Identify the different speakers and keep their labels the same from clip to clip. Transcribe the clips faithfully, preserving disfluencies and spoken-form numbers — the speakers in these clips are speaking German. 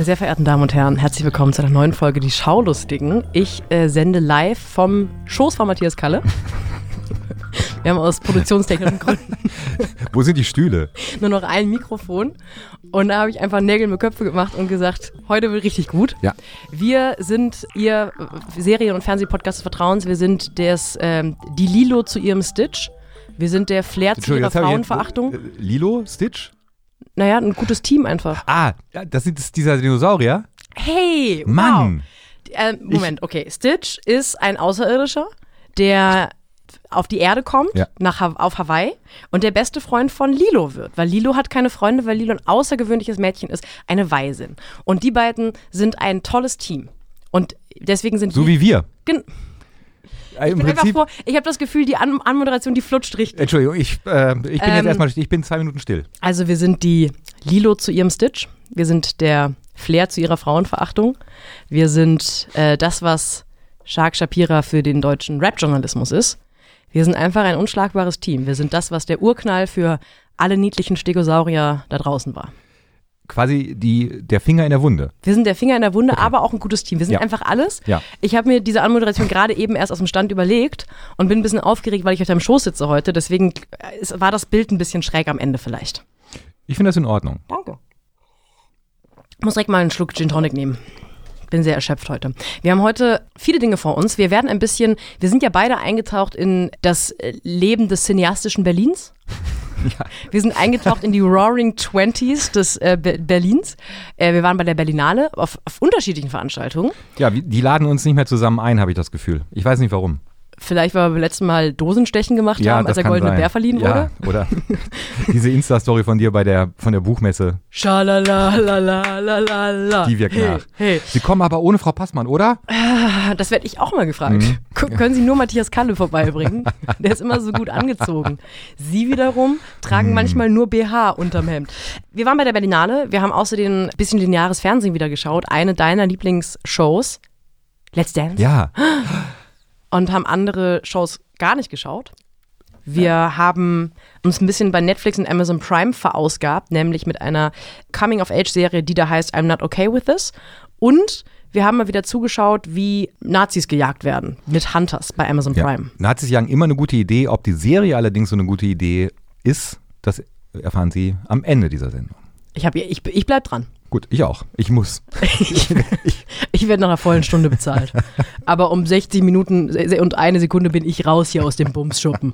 Speaker 1: Meine sehr verehrten Damen und Herren, herzlich willkommen zu einer neuen Folge Die Schaulustigen. Ich äh, sende live vom Schoß von Matthias Kalle. Wir haben aus produktionstechnischen Gründen
Speaker 2: Wo sind die Stühle?
Speaker 1: nur noch ein Mikrofon. Und da habe ich einfach Nägel mit Köpfe gemacht und gesagt, heute wird richtig gut.
Speaker 2: Ja.
Speaker 1: Wir sind Ihr Serien- und Fernsehpodcast des Vertrauens. Wir sind des, ähm, die Lilo zu ihrem Stitch. Wir sind der Flair zu ihrer
Speaker 2: jetzt habe ich
Speaker 1: Frauenverachtung.
Speaker 2: jetzt- äh, Lilo? Stitch?
Speaker 1: Naja, ein gutes Team einfach.
Speaker 2: Ah, ja, das ist dieser Dinosaurier?
Speaker 1: Hey,
Speaker 2: Mann.
Speaker 1: wow. Äh, Moment, okay. Stitch ist ein Außerirdischer, der auf die Erde kommt,
Speaker 2: Ja.
Speaker 1: nach ha- auf Hawaii und der beste Freund von Lilo wird. Weil Lilo hat keine Freunde, weil Lilo ein außergewöhnliches Mädchen ist, eine Waisin. Und die beiden sind ein tolles Team. Und deswegen sind
Speaker 2: So
Speaker 1: die...
Speaker 2: wie wir.
Speaker 1: Gen-
Speaker 2: Äh,
Speaker 1: ich
Speaker 2: Im
Speaker 1: bin einfach
Speaker 2: Prinzip.
Speaker 1: froh, ich habe das Gefühl, die An- Anmoderation, die flutscht richtig.
Speaker 2: Entschuldigung, ich, äh, ich bin
Speaker 1: Ähm,
Speaker 2: jetzt erstmal, ich bin zwei Minuten still.
Speaker 1: Also wir sind die Lilo zu ihrem Stitch. Wir sind der Flair zu ihrer Frauenverachtung. Wir sind äh, das, was Shark Shapira für den deutschen Rap-Journalismus ist. Wir sind einfach ein unschlagbares Team. Wir sind das, was der Urknall für alle niedlichen Stegosaurier da draußen war.
Speaker 2: Quasi die, der Finger in der Wunde.
Speaker 1: Wir sind der Finger in der Wunde,
Speaker 2: Okay.
Speaker 1: aber auch ein gutes Team. Wir sind
Speaker 2: Ja.
Speaker 1: einfach alles.
Speaker 2: Ja.
Speaker 1: Ich habe mir diese Anmoderation gerade eben erst aus dem Stand überlegt und bin ein bisschen aufgeregt, weil ich auf deinem Schoß sitze heute. Deswegen äh, ist- war das Bild ein bisschen schräg am Ende vielleicht.
Speaker 2: Ich finde das in Ordnung.
Speaker 1: Danke. Ich muss direkt mal einen Schluck Gin Tonic nehmen. Bin sehr erschöpft heute. Wir haben heute viele Dinge vor uns. Wir werden ein bisschen, wir sind ja beide eingetaucht in das äh, Leben des cineastischen Berlins.
Speaker 2: Ja.
Speaker 1: Wir sind eingetaucht in die Roaring Twenties des äh, Be- Berlins. Äh, wir waren bei der Berlinale auf, auf unterschiedlichen Veranstaltungen.
Speaker 2: Ja, wie- die laden uns nicht mehr zusammen ein, habe ich das Gefühl. Ich weiß nicht warum.
Speaker 1: Vielleicht, weil wir beim letzten Mal Dosenstechen gemacht
Speaker 2: Ja,
Speaker 1: haben, als
Speaker 2: das
Speaker 1: der
Speaker 2: kann
Speaker 1: Goldene
Speaker 2: sein.
Speaker 1: Bär verliehen
Speaker 2: Ja,
Speaker 1: wurde.
Speaker 2: oder diese Insta-Story von dir bei der, von der Buchmesse,
Speaker 1: Schalalalalala.
Speaker 2: die wirkt
Speaker 1: hey,
Speaker 2: nach.
Speaker 1: Hey,
Speaker 2: Sie kommen aber ohne Frau Passmann, oder?
Speaker 1: das werde ich auch mal gefragt.
Speaker 2: Mhm.
Speaker 1: K- Können Sie nur Matthias Kalle vorbeibringen? Der ist immer so gut angezogen. Sie wiederum tragen
Speaker 2: Mhm.
Speaker 1: manchmal nur B H unterm Hemd. Wir waren bei der Berlinale. Wir haben außerdem ein bisschen lineares Fernsehen wieder geschaut. Eine deiner Lieblingsshows, Let's Dance.
Speaker 2: Ja.
Speaker 1: Und haben andere Shows gar nicht geschaut. Wir haben uns ein bisschen bei Netflix und Amazon Prime verausgabt, nämlich mit einer Coming-of-Age-Serie, die da heißt I'm Not Okay With This. Und wir haben mal wieder zugeschaut, wie Nazis gejagt werden mit Hunters bei Amazon
Speaker 2: Ja.
Speaker 1: Prime.
Speaker 2: Nazis jagen immer eine gute Idee. Ob die Serie allerdings so eine gute Idee ist, das erfahren Sie am Ende dieser Sendung.
Speaker 1: Ich, hab, ich, ich bleib dran.
Speaker 2: Gut, ich auch. Ich muss.
Speaker 1: Ich, ich werde nach einer vollen Stunde bezahlt. Aber um sechzig Minuten und eine Sekunde bin ich raus hier aus dem Bumsschuppen.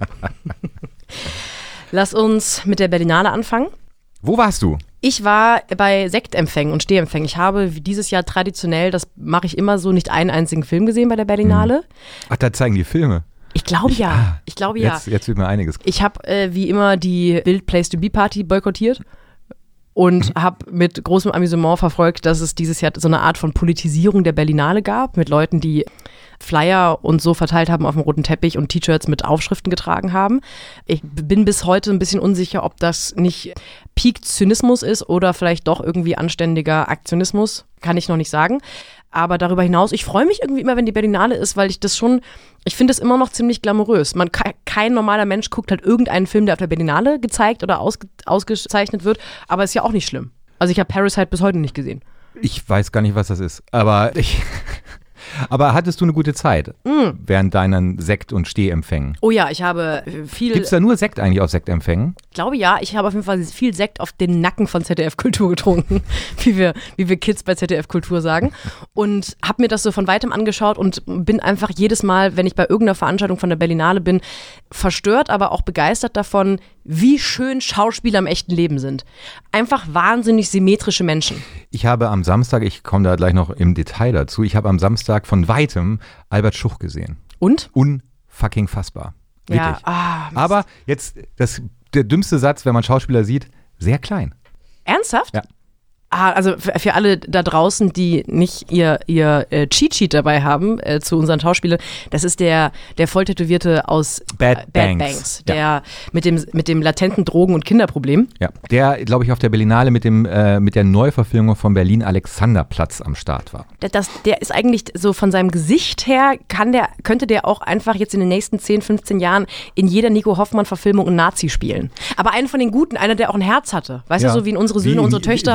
Speaker 1: Lass uns mit der Berlinale anfangen.
Speaker 2: Wo warst du?
Speaker 1: Ich war bei Sektempfängen und Stehempfängen. Ich habe wie dieses Jahr traditionell, das mache ich immer so, nicht einen einzigen Film gesehen bei der Berlinale.
Speaker 2: Ach, da zeigen die Filme.
Speaker 1: Ich glaube ja.
Speaker 2: ah,
Speaker 1: Ich glaube ja.
Speaker 2: Jetzt, jetzt wird mir einiges.
Speaker 1: Ich habe äh, wie immer die Bild Place to Be Party boykottiert und habe mit großem Amüsement verfolgt, dass es dieses Jahr so eine Art von Politisierung der Berlinale gab, mit Leuten, die Flyer und so verteilt haben auf dem roten Teppich und T-Shirts mit Aufschriften getragen haben. Ich bin bis heute ein bisschen unsicher, ob das nicht Peak-Zynismus ist oder vielleicht doch irgendwie anständiger Aktionismus. Kann ich noch nicht sagen. Aber darüber hinaus, ich freue mich irgendwie immer, wenn die Berlinale ist, weil ich das schon, ich finde es immer noch ziemlich glamourös. Man, kein normaler Mensch guckt halt irgendeinen Film, der auf der Berlinale gezeigt oder ausge, ausgezeichnet wird, aber ist ja auch nicht schlimm. Also ich habe Parasite bis heute nicht gesehen.
Speaker 2: Ich weiß gar nicht, was das ist. Aber ich. Aber hattest du eine gute Zeit
Speaker 1: Mm.
Speaker 2: während deinen Sekt- und Stehempfängen?
Speaker 1: Oh ja, ich habe viel,
Speaker 2: Gibt es da nur Sekt eigentlich auf Sektempfängen?
Speaker 1: ich glaube ja, ich habe auf jeden Fall viel Sekt auf den Nacken von Z D F Kultur getrunken, wie wir, wie wir Kids bei Z D F Kultur sagen. Und habe mir das so von weitem angeschaut und bin einfach jedes Mal, wenn ich bei irgendeiner Veranstaltung von der Berlinale bin, verstört, aber auch begeistert davon, wie schön Schauspieler im echten Leben sind. Einfach wahnsinnig symmetrische Menschen.
Speaker 2: Ich habe am Samstag, ich komme da gleich noch im Detail dazu, ich habe am Samstag von weitem Albert Schuch gesehen.
Speaker 1: Und?
Speaker 2: Unfucking fassbar. Wirklich.
Speaker 1: Ja, ah, Mist.
Speaker 2: Aber jetzt, das, der dümmste Satz, wenn man Schauspieler sieht, sehr klein.
Speaker 1: Ernsthaft?
Speaker 2: Ja.
Speaker 1: Ah, also für, für alle da draußen, die nicht ihr, ihr äh, Cheat-Sheet dabei haben äh, zu unseren Schauspielern, das ist der, der Volltätowierte aus
Speaker 2: Bad
Speaker 1: äh, Bad
Speaker 2: Banks.
Speaker 1: Banks, der mit dem, mit dem latenten Drogen- und Kinderproblem.
Speaker 2: Ja. Der, glaube ich, auf der Berlinale mit, dem, äh, mit der Neuverfilmung von Berlin Alexanderplatz am Start war.
Speaker 1: Der, das, der ist eigentlich so von seinem Gesicht her, kann der, könnte der auch einfach jetzt in den nächsten zehn, fünfzehn Jahren in jeder Nico Hoffmann-Verfilmung einen Nazi spielen. Aber einen von den Guten, einer, der auch ein Herz hatte. Weißt
Speaker 2: Ja.
Speaker 1: du, so wie in Unsere Söhne,
Speaker 2: Wie in-
Speaker 1: unsere Töchter.
Speaker 2: Wie in jeder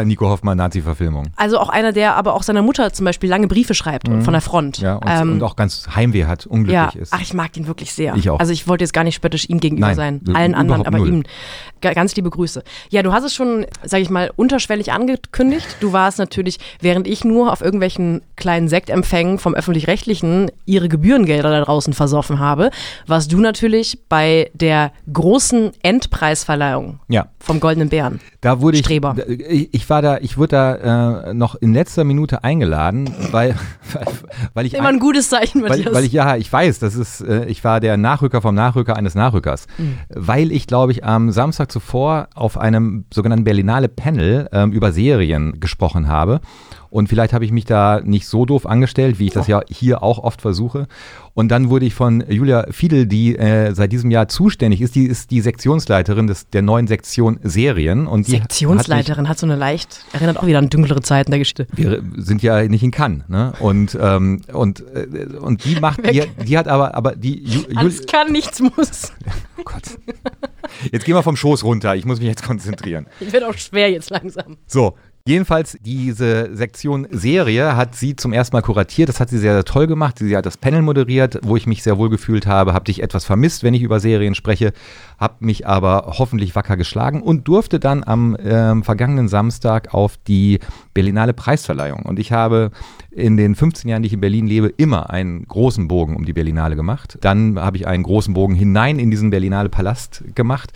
Speaker 2: Nico Hoffmann Nazi-Verfilmung.
Speaker 1: Also auch einer, der aber auch seiner Mutter zum Beispiel lange Briefe schreibt mhm. von der Front.
Speaker 2: Ja, und,
Speaker 1: ähm,
Speaker 2: und auch ganz Heimweh hat, unglücklich
Speaker 1: ja.
Speaker 2: ist.
Speaker 1: Ach, ich mag den wirklich sehr.
Speaker 2: Ich auch.
Speaker 1: Also ich wollte jetzt gar nicht spöttisch ihm gegenüber
Speaker 2: Nein,
Speaker 1: sein, allen anderen, aber
Speaker 2: null.
Speaker 1: ihm. G- ganz liebe Grüße. Ja, du hast es schon, sag ich mal, unterschwellig angekündigt. Du warst natürlich, während ich nur auf irgendwelchen kleinen Sektempfängen vom Öffentlich-Rechtlichen ihre Gebührengelder da draußen versoffen habe, warst du natürlich bei der großen Endpreisverleihung
Speaker 2: ja.
Speaker 1: vom Goldenen Bären.
Speaker 2: Da wurde ich,
Speaker 1: Streber.
Speaker 2: ich, ich war da, ich wurde da äh, noch in letzter Minute eingeladen, weil, weil ich
Speaker 1: immer ein gutes Zeichen,
Speaker 2: weil,
Speaker 1: Matthias.
Speaker 2: weil ich ja, ich weiß, das ist, äh, ich war der Nachrücker vom Nachrücker eines Nachrückers, mhm. weil ich, glaube ich, am Samstag zuvor auf einem sogenannten Berlinale Panel ähm, über Serien gesprochen habe. Und vielleicht habe ich mich da nicht so doof angestellt, wie ich das ja hier auch oft versuche. Und dann wurde ich von Julia Fiedel, die äh, seit diesem Jahr zuständig ist, die ist die Sektionsleiterin des, der neuen Sektion Serien. Und die
Speaker 1: Sektionsleiterin hat, mich, hat so eine leicht, erinnert auch wieder an dunklere Zeiten der Geschichte.
Speaker 2: Wir sind ja nicht in Cannes, ne? Und, ähm, und, äh, und die macht, die, die hat aber, aber die Ju,
Speaker 1: Alles kann, nichts muss.
Speaker 2: Oh Gott. Jetzt gehen wir vom Schoß runter, ich muss mich jetzt konzentrieren.
Speaker 1: Ich werde auch schwer jetzt langsam.
Speaker 2: So. Jedenfalls, diese Sektion Serie hat sie zum ersten Mal kuratiert. Das hat sie sehr, sehr toll gemacht. Sie hat das Panel moderiert, wo ich mich sehr wohl gefühlt habe. Habe dich etwas vermisst, wenn ich über Serien spreche. Habe mich aber hoffentlich wacker geschlagen und durfte dann am ähm, vergangenen Samstag auf die Berlinale Preisverleihung. Und ich habe in den fünfzehn Jahren, die ich in Berlin lebe, immer einen großen Bogen um die Berlinale gemacht. Dann habe ich einen großen Bogen hinein in diesen Berlinale Palast gemacht.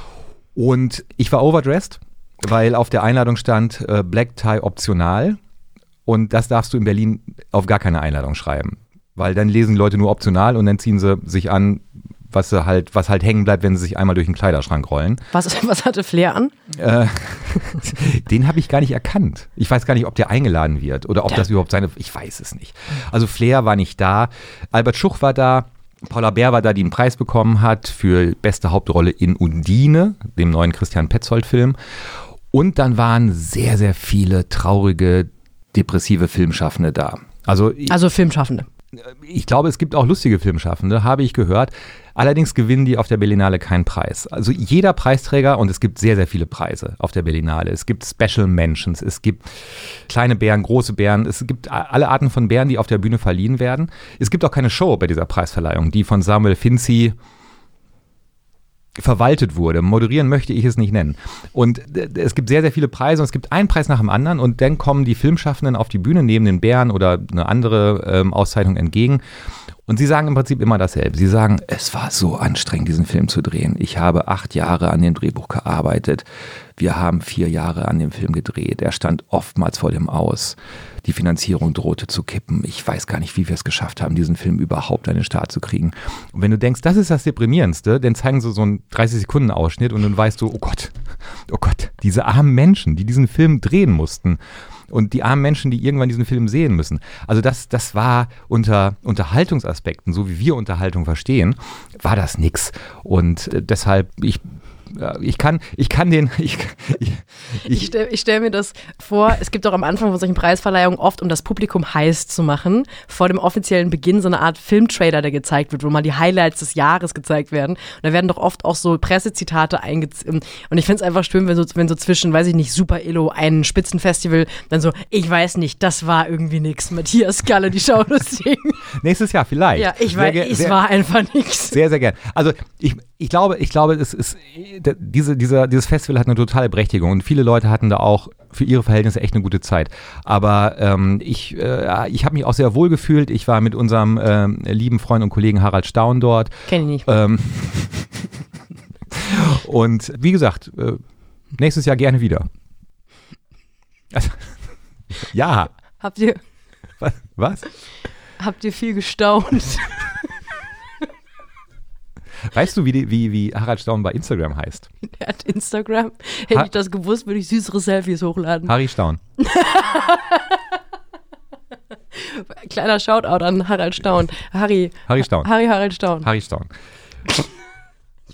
Speaker 2: Und ich war overdressed, weil auf der Einladung stand äh, Black Tie optional und das darfst du in Berlin auf gar keine Einladung schreiben, weil dann lesen die Leute nur optional und dann ziehen sie sich an, was sie halt, was halt hängen bleibt, wenn sie sich einmal durch den Kleiderschrank rollen.
Speaker 1: Was, was hatte Flair an?
Speaker 2: Äh, den habe ich gar nicht erkannt. Ich weiß gar nicht, ob der eingeladen wird oder ob ja. das überhaupt seine, ich weiß es nicht. Also Flair war nicht da, Albert Schuch war da, Paula Bär war da, die einen Preis bekommen hat für beste Hauptrolle in Undine, dem neuen Christian Petzold-Film. Und dann waren sehr, sehr viele traurige, depressive Filmschaffende da. Also, ich,
Speaker 1: also Filmschaffende.
Speaker 2: Ich glaube, es gibt auch lustige Filmschaffende, habe ich gehört. Allerdings gewinnen die auf der Berlinale keinen Preis. Also jeder Preisträger, und es gibt sehr, sehr viele Preise auf der Berlinale. Es gibt Special Mentions, es gibt kleine Bären, große Bären, es gibt alle Arten von Bären, die auf der Bühne verliehen werden. Es gibt auch keine Show bei dieser Preisverleihung, die von Samuel Finzi verwaltet wurde. Moderieren möchte ich es nicht nennen. Und es gibt sehr, sehr viele Preise und es gibt einen Preis nach dem anderen und dann kommen die Filmschaffenden auf die Bühne, nehmen den Bären oder eine andere ähm, Auszeichnung entgegen und sie sagen im Prinzip immer dasselbe. Sie sagen, es war so anstrengend, diesen Film zu drehen. Ich habe acht Jahre an dem Drehbuch gearbeitet. Wir haben vier Jahre an dem Film gedreht. Er stand oftmals vor dem Aus. Die Finanzierung drohte zu kippen. Ich weiß gar nicht, wie wir es geschafft haben, diesen Film überhaupt an den Start zu kriegen. Und wenn du denkst, das ist das Deprimierendste, dann zeigen sie so einen dreißig-Sekunden-Ausschnitt und dann weißt du, oh Gott, oh Gott, diese armen Menschen, die diesen Film drehen mussten und die armen Menschen, die irgendwann diesen Film sehen müssen. Also das, das war unter Unterhaltungsaspekten, so wie wir Unterhaltung verstehen, war das nix. Und äh, deshalb, ich Ich kann, ich kann den. Ich, ich,
Speaker 1: ich stelle stell mir das vor, es gibt auch am Anfang von solchen Preisverleihungen oft, um das Publikum heiß zu machen, vor dem offiziellen Beginn so eine Art Filmtrailer, der gezeigt wird, wo mal die Highlights des Jahres gezeigt werden. Und da werden doch oft auch so Pressezitate eingezogen. Und ich finde es einfach schön, wenn so, wenn so zwischen, weiß ich nicht, Super Illo, ein Spitzenfestival, dann so, ich weiß nicht, das war irgendwie nix. Matthias Galle, die Schaulustigen.
Speaker 2: Nächstes Jahr vielleicht.
Speaker 1: Ja, ich weiß, es war einfach nix.
Speaker 2: Sehr, sehr gern. Also ich, ich glaube, ich glaube, es ist. Diese, dieser, dieses Festival hat eine totale Berechtigung und viele Leute hatten da auch für ihre Verhältnisse echt eine gute Zeit. Aber ähm, ich, äh, ich habe mich auch sehr wohl gefühlt. Ich war mit unserem äh, lieben Freund und Kollegen Harald Staun dort.
Speaker 1: Kenn ich nicht.
Speaker 2: Ähm, und wie gesagt, äh, nächstes Jahr gerne wieder. Also, ja.
Speaker 1: Habt ihr...
Speaker 2: Was? Was?
Speaker 1: Habt ihr viel gestaunt?
Speaker 2: Weißt du, wie, die, wie, wie Harald Staun bei Instagram heißt?
Speaker 1: Der hat Instagram. Hätte ha- ich das gewusst, würde ich süßere Selfies hochladen.
Speaker 2: Harry Staun.
Speaker 1: Kleiner Shoutout an Harald Staun. Harry.
Speaker 2: Harry Staun.
Speaker 1: Harry Harald Staun.
Speaker 2: Harry Staun.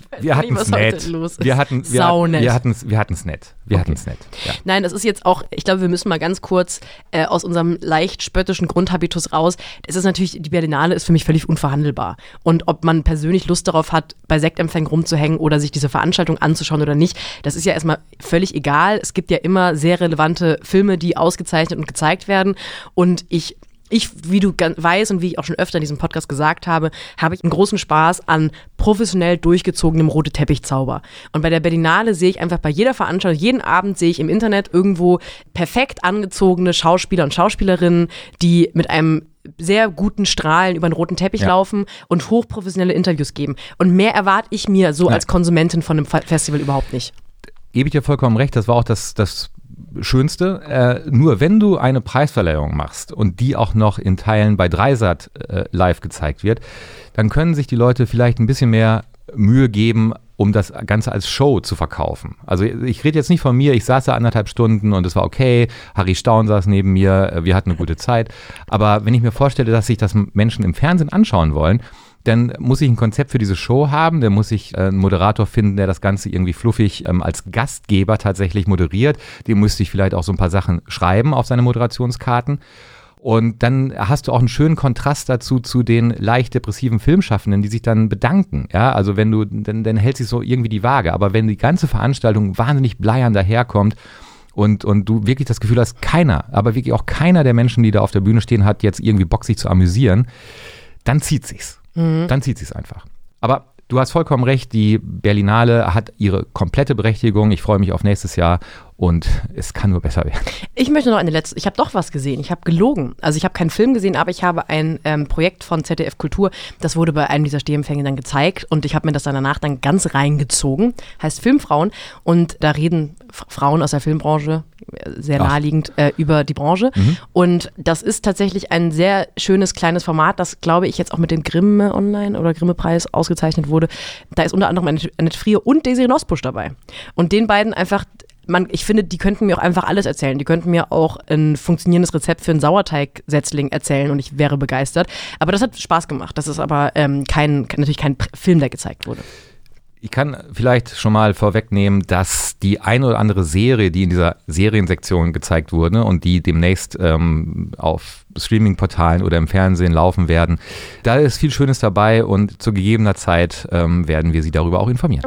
Speaker 2: Wir hatten es nett. Wir hatten wir hatten, wir hatten es wir hatten's nett. Wir okay. hatten es nett. Ja.
Speaker 1: Nein, das ist jetzt auch, ich glaube, wir müssen mal ganz kurz äh, aus unserem leicht spöttischen Grundhabitus raus. Es ist natürlich, die Berlinale ist für mich völlig unverhandelbar. Und ob man persönlich Lust darauf hat, bei Sektempfängen rumzuhängen oder sich diese Veranstaltung anzuschauen oder nicht, das ist ja erstmal völlig egal. Es gibt ja immer sehr relevante Filme, die ausgezeichnet und gezeigt werden. Und ich Ich, wie du weißt und wie ich auch schon öfter in diesem Podcast gesagt habe, habe ich einen großen Spaß an professionell durchgezogenem rote Teppichzauber. Und bei der Berlinale sehe ich einfach bei jeder Veranstaltung, jeden Abend sehe ich im Internet irgendwo perfekt angezogene Schauspieler und Schauspielerinnen, die mit einem sehr guten Strahlen über den roten Teppich ja. laufen und hochprofessionelle Interviews geben. Und mehr erwarte ich mir so Nein. als Konsumentin von einem Festival überhaupt nicht.
Speaker 2: Gebe ich dir vollkommen recht, das war auch das, das Schönste. Äh, nur wenn du eine Preisverleihung machst und die auch noch in Teilen bei Dreisat äh, live gezeigt wird, dann können sich die Leute vielleicht ein bisschen mehr Mühe geben, um das Ganze als Show zu verkaufen. Also ich rede jetzt nicht von mir, ich saß da anderthalb Stunden und es war okay, Harry Staun saß neben mir, wir hatten eine gute Zeit. Aber wenn ich mir vorstelle, dass sich das Menschen im Fernsehen anschauen wollen, dann muss ich ein Konzept für diese Show haben, dann muss ich äh, einen Moderator finden, der das Ganze irgendwie fluffig ähm, als Gastgeber tatsächlich moderiert. Dem müsste ich vielleicht auch so ein paar Sachen schreiben auf seine Moderationskarten. Und dann hast du auch einen schönen Kontrast dazu zu den leicht depressiven Filmschaffenden, die sich dann bedanken. Ja, also wenn du, dann, dann hält sich so irgendwie die Waage. Aber wenn die ganze Veranstaltung wahnsinnig bleiern daherkommt und, und du wirklich das Gefühl hast, keiner, aber wirklich auch keiner der Menschen, die da auf der Bühne stehen, hat jetzt irgendwie Bock, sich zu amüsieren, dann zieht sich's. Dann zieht sie es einfach. Aber du hast vollkommen recht, die Berlinale hat ihre komplette Berechtigung. Ich freue mich auf nächstes Jahr und es kann nur besser werden.
Speaker 1: Ich möchte noch eine letzte, ich habe doch was gesehen, ich habe gelogen. Also ich habe keinen Film gesehen, aber ich habe ein ähm, Projekt von Z D F Kultur, das wurde bei einem dieser Stehempfänge dann gezeigt und ich habe mir das dann danach dann ganz reingezogen. Heißt Filmfrauen und da reden F- Frauen aus der Filmbranche, sehr naheliegend, äh, über die Branche. Mhm. Und das ist tatsächlich ein sehr schönes kleines Format, das, glaube ich, jetzt auch mit dem Grimme Online oder Grimme-Preis ausgezeichnet wurde. Da ist unter anderem Annette Frier und Desiree Nosbusch dabei. Und den beiden einfach, man, ich finde, die könnten mir auch einfach alles erzählen. Die könnten mir auch ein funktionierendes Rezept für einen Sauerteigsetzling erzählen und ich wäre begeistert. Aber das hat Spaß gemacht. Das ist aber ähm, kein, natürlich kein Film, der gezeigt wurde.
Speaker 2: Ich kann vielleicht schon mal vorwegnehmen, dass die eine oder andere Serie, die in dieser Seriensektion gezeigt wurde und die demnächst ähm, auf Streaming-Portalen oder im Fernsehen laufen werden, da ist viel Schönes dabei und zu gegebener Zeit ähm, werden wir Sie darüber auch informieren.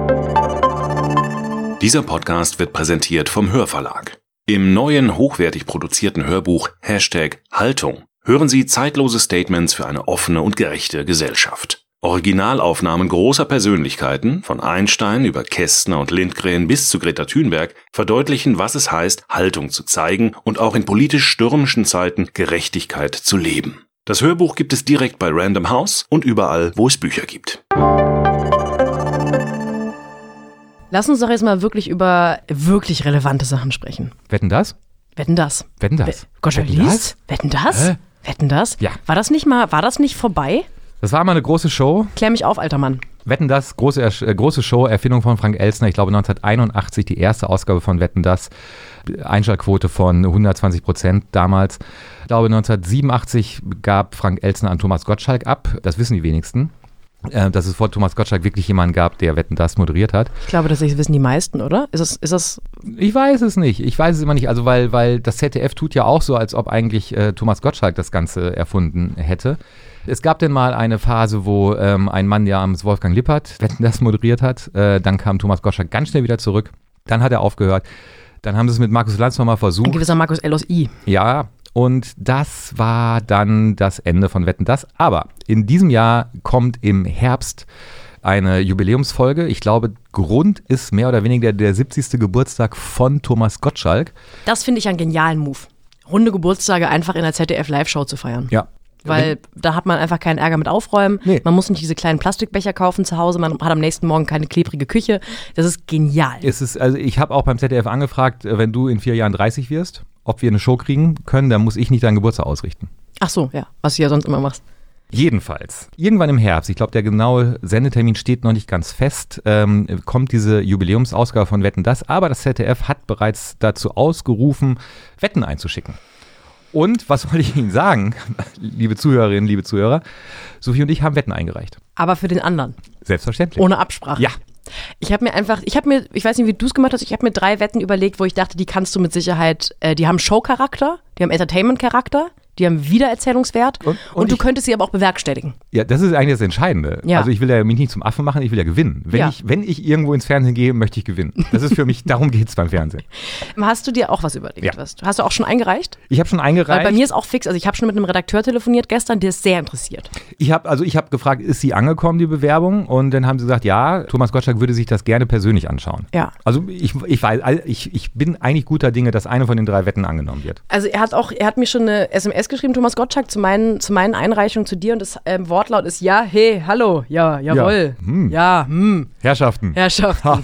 Speaker 3: Dieser Podcast wird präsentiert vom Hörverlag. Im neuen, hochwertig produzierten Hörbuch Hashtag Haltung hören Sie zeitlose Statements für eine offene und gerechte Gesellschaft. Originalaufnahmen großer Persönlichkeiten, von Einstein über Kästner und Lindgren bis zu Greta Thunberg, verdeutlichen, was es heißt, Haltung zu zeigen und auch in politisch stürmischen Zeiten Gerechtigkeit zu leben. Das Hörbuch gibt es direkt bei Random House und überall, wo es Bücher gibt.
Speaker 1: Lass uns doch jetzt mal wirklich über wirklich relevante Sachen sprechen.
Speaker 2: Wetten das?
Speaker 1: Wetten das?
Speaker 2: Wetten das?
Speaker 1: Gottschalk liest? Wetten das? Äh? Wetten das?
Speaker 2: Ja.
Speaker 1: War das nicht mal, war das nicht vorbei?
Speaker 2: Das war mal eine große Show.
Speaker 1: Klär mich auf, alter Mann.
Speaker 2: Wetten das, große, äh, große Show, Erfindung von Frank Elstner, ich glaube neunzehnhunderteinundachtzig, die erste Ausgabe von Wetten das, Einschaltquote von hundertzwanzig Prozent damals. Ich glaube neunzehnhundertsiebenundachtzig gab Frank Elstner an Thomas Gottschalk ab, das wissen die wenigsten. Äh, dass es vor Thomas Gottschalk wirklich jemanden gab, der Wetten das moderiert hat.
Speaker 1: Ich glaube, das wissen die meisten, oder? Ist das, ist das
Speaker 2: Ich weiß es nicht. Ich weiß es immer nicht. Also weil, weil das Z D F tut ja auch so, als ob eigentlich äh, Thomas Gottschalk das Ganze erfunden hätte. Es gab denn mal eine Phase, wo ähm, ein Mann namens Wolfgang Lippert Wetten das moderiert hat. Äh, dann kam Thomas Gottschalk ganz schnell wieder zurück. Dann hat er aufgehört. Dann haben sie es mit Markus Lanz nochmal versucht.
Speaker 1: Ein gewisser Markus L aus I.
Speaker 2: Ja, und das war dann das Ende von Wetten das. Aber in diesem Jahr kommt im Herbst eine Jubiläumsfolge. Ich glaube, Grund ist mehr oder weniger der siebzigste Geburtstag von Thomas Gottschalk.
Speaker 1: Das finde ich einen genialen Move. Runde Geburtstage einfach in der Z D F-Live-Show zu feiern.
Speaker 2: Ja.
Speaker 1: Weil da hat man einfach keinen Ärger mit Aufräumen. Nee. Man muss nicht diese kleinen Plastikbecher kaufen zu Hause. Man hat am nächsten Morgen keine klebrige Küche. Das ist genial.
Speaker 2: Es ist, also ich habe auch beim Z D F angefragt, wenn du in vier Jahren dreißig wirst, ob wir eine Show kriegen können, dann muss ich nicht deinen Geburtstag ausrichten.
Speaker 1: Ach so, ja, was du ja sonst immer machst.
Speaker 2: Jedenfalls, irgendwann im Herbst, ich glaube, der genaue Sendetermin steht noch nicht ganz fest, ähm, kommt diese Jubiläumsausgabe von Wetten das, aber das Z D F hat bereits dazu ausgerufen, Wetten einzuschicken. Und was wollte ich Ihnen sagen, liebe Zuhörerinnen, liebe Zuhörer? Sophie und ich haben Wetten eingereicht.
Speaker 1: Aber für den anderen.
Speaker 2: Selbstverständlich.
Speaker 1: Ohne Absprache.
Speaker 2: Ja.
Speaker 1: Ich habe mir einfach, ich habe mir, ich weiß nicht, wie du es gemacht hast, ich habe mir drei Wetten überlegt, wo ich dachte, die kannst du mit Sicherheit, äh, die haben Show-Charakter, die haben Entertainment-Charakter, die haben Wiedererzählungswert und, und, und du ich, könntest sie aber auch bewerkstelligen.
Speaker 2: Ja, das ist eigentlich das Entscheidende.
Speaker 1: Ja.
Speaker 2: Also ich will ja mich nicht zum Affen machen, ich will ja gewinnen. Wenn,
Speaker 1: ja.
Speaker 2: ich, wenn ich irgendwo ins Fernsehen gehe, möchte ich gewinnen. Das ist für mich, darum geht es beim Fernsehen.
Speaker 1: Hast du dir auch was überlegt?
Speaker 2: Ja.
Speaker 1: Was? Hast du auch schon eingereicht?
Speaker 2: Ich habe schon eingereicht.
Speaker 1: Weil bei mir ist auch fix, also ich habe schon mit einem Redakteur telefoniert gestern, der ist sehr interessiert.
Speaker 2: Ich habe also ich habe gefragt, ist sie angekommen, die Bewerbung? Und dann haben sie gesagt, ja, Thomas Gottschalk würde sich das gerne persönlich anschauen.
Speaker 1: Ja.
Speaker 2: Also ich, ich weiß, ich, ich bin eigentlich guter Dinge, dass eine von den drei Wetten angenommen wird.
Speaker 1: Also er hat auch, er hat mir schon eine S M S geschrieben, Thomas Gottschalk, zu meinen, zu meinen Einreichungen zu dir und das ähm, Wortlaut ist ja, hey, hallo, ja, jawohl,
Speaker 2: ja, hm.
Speaker 1: ja hm.
Speaker 2: Herrschaften.
Speaker 1: Herrschaften.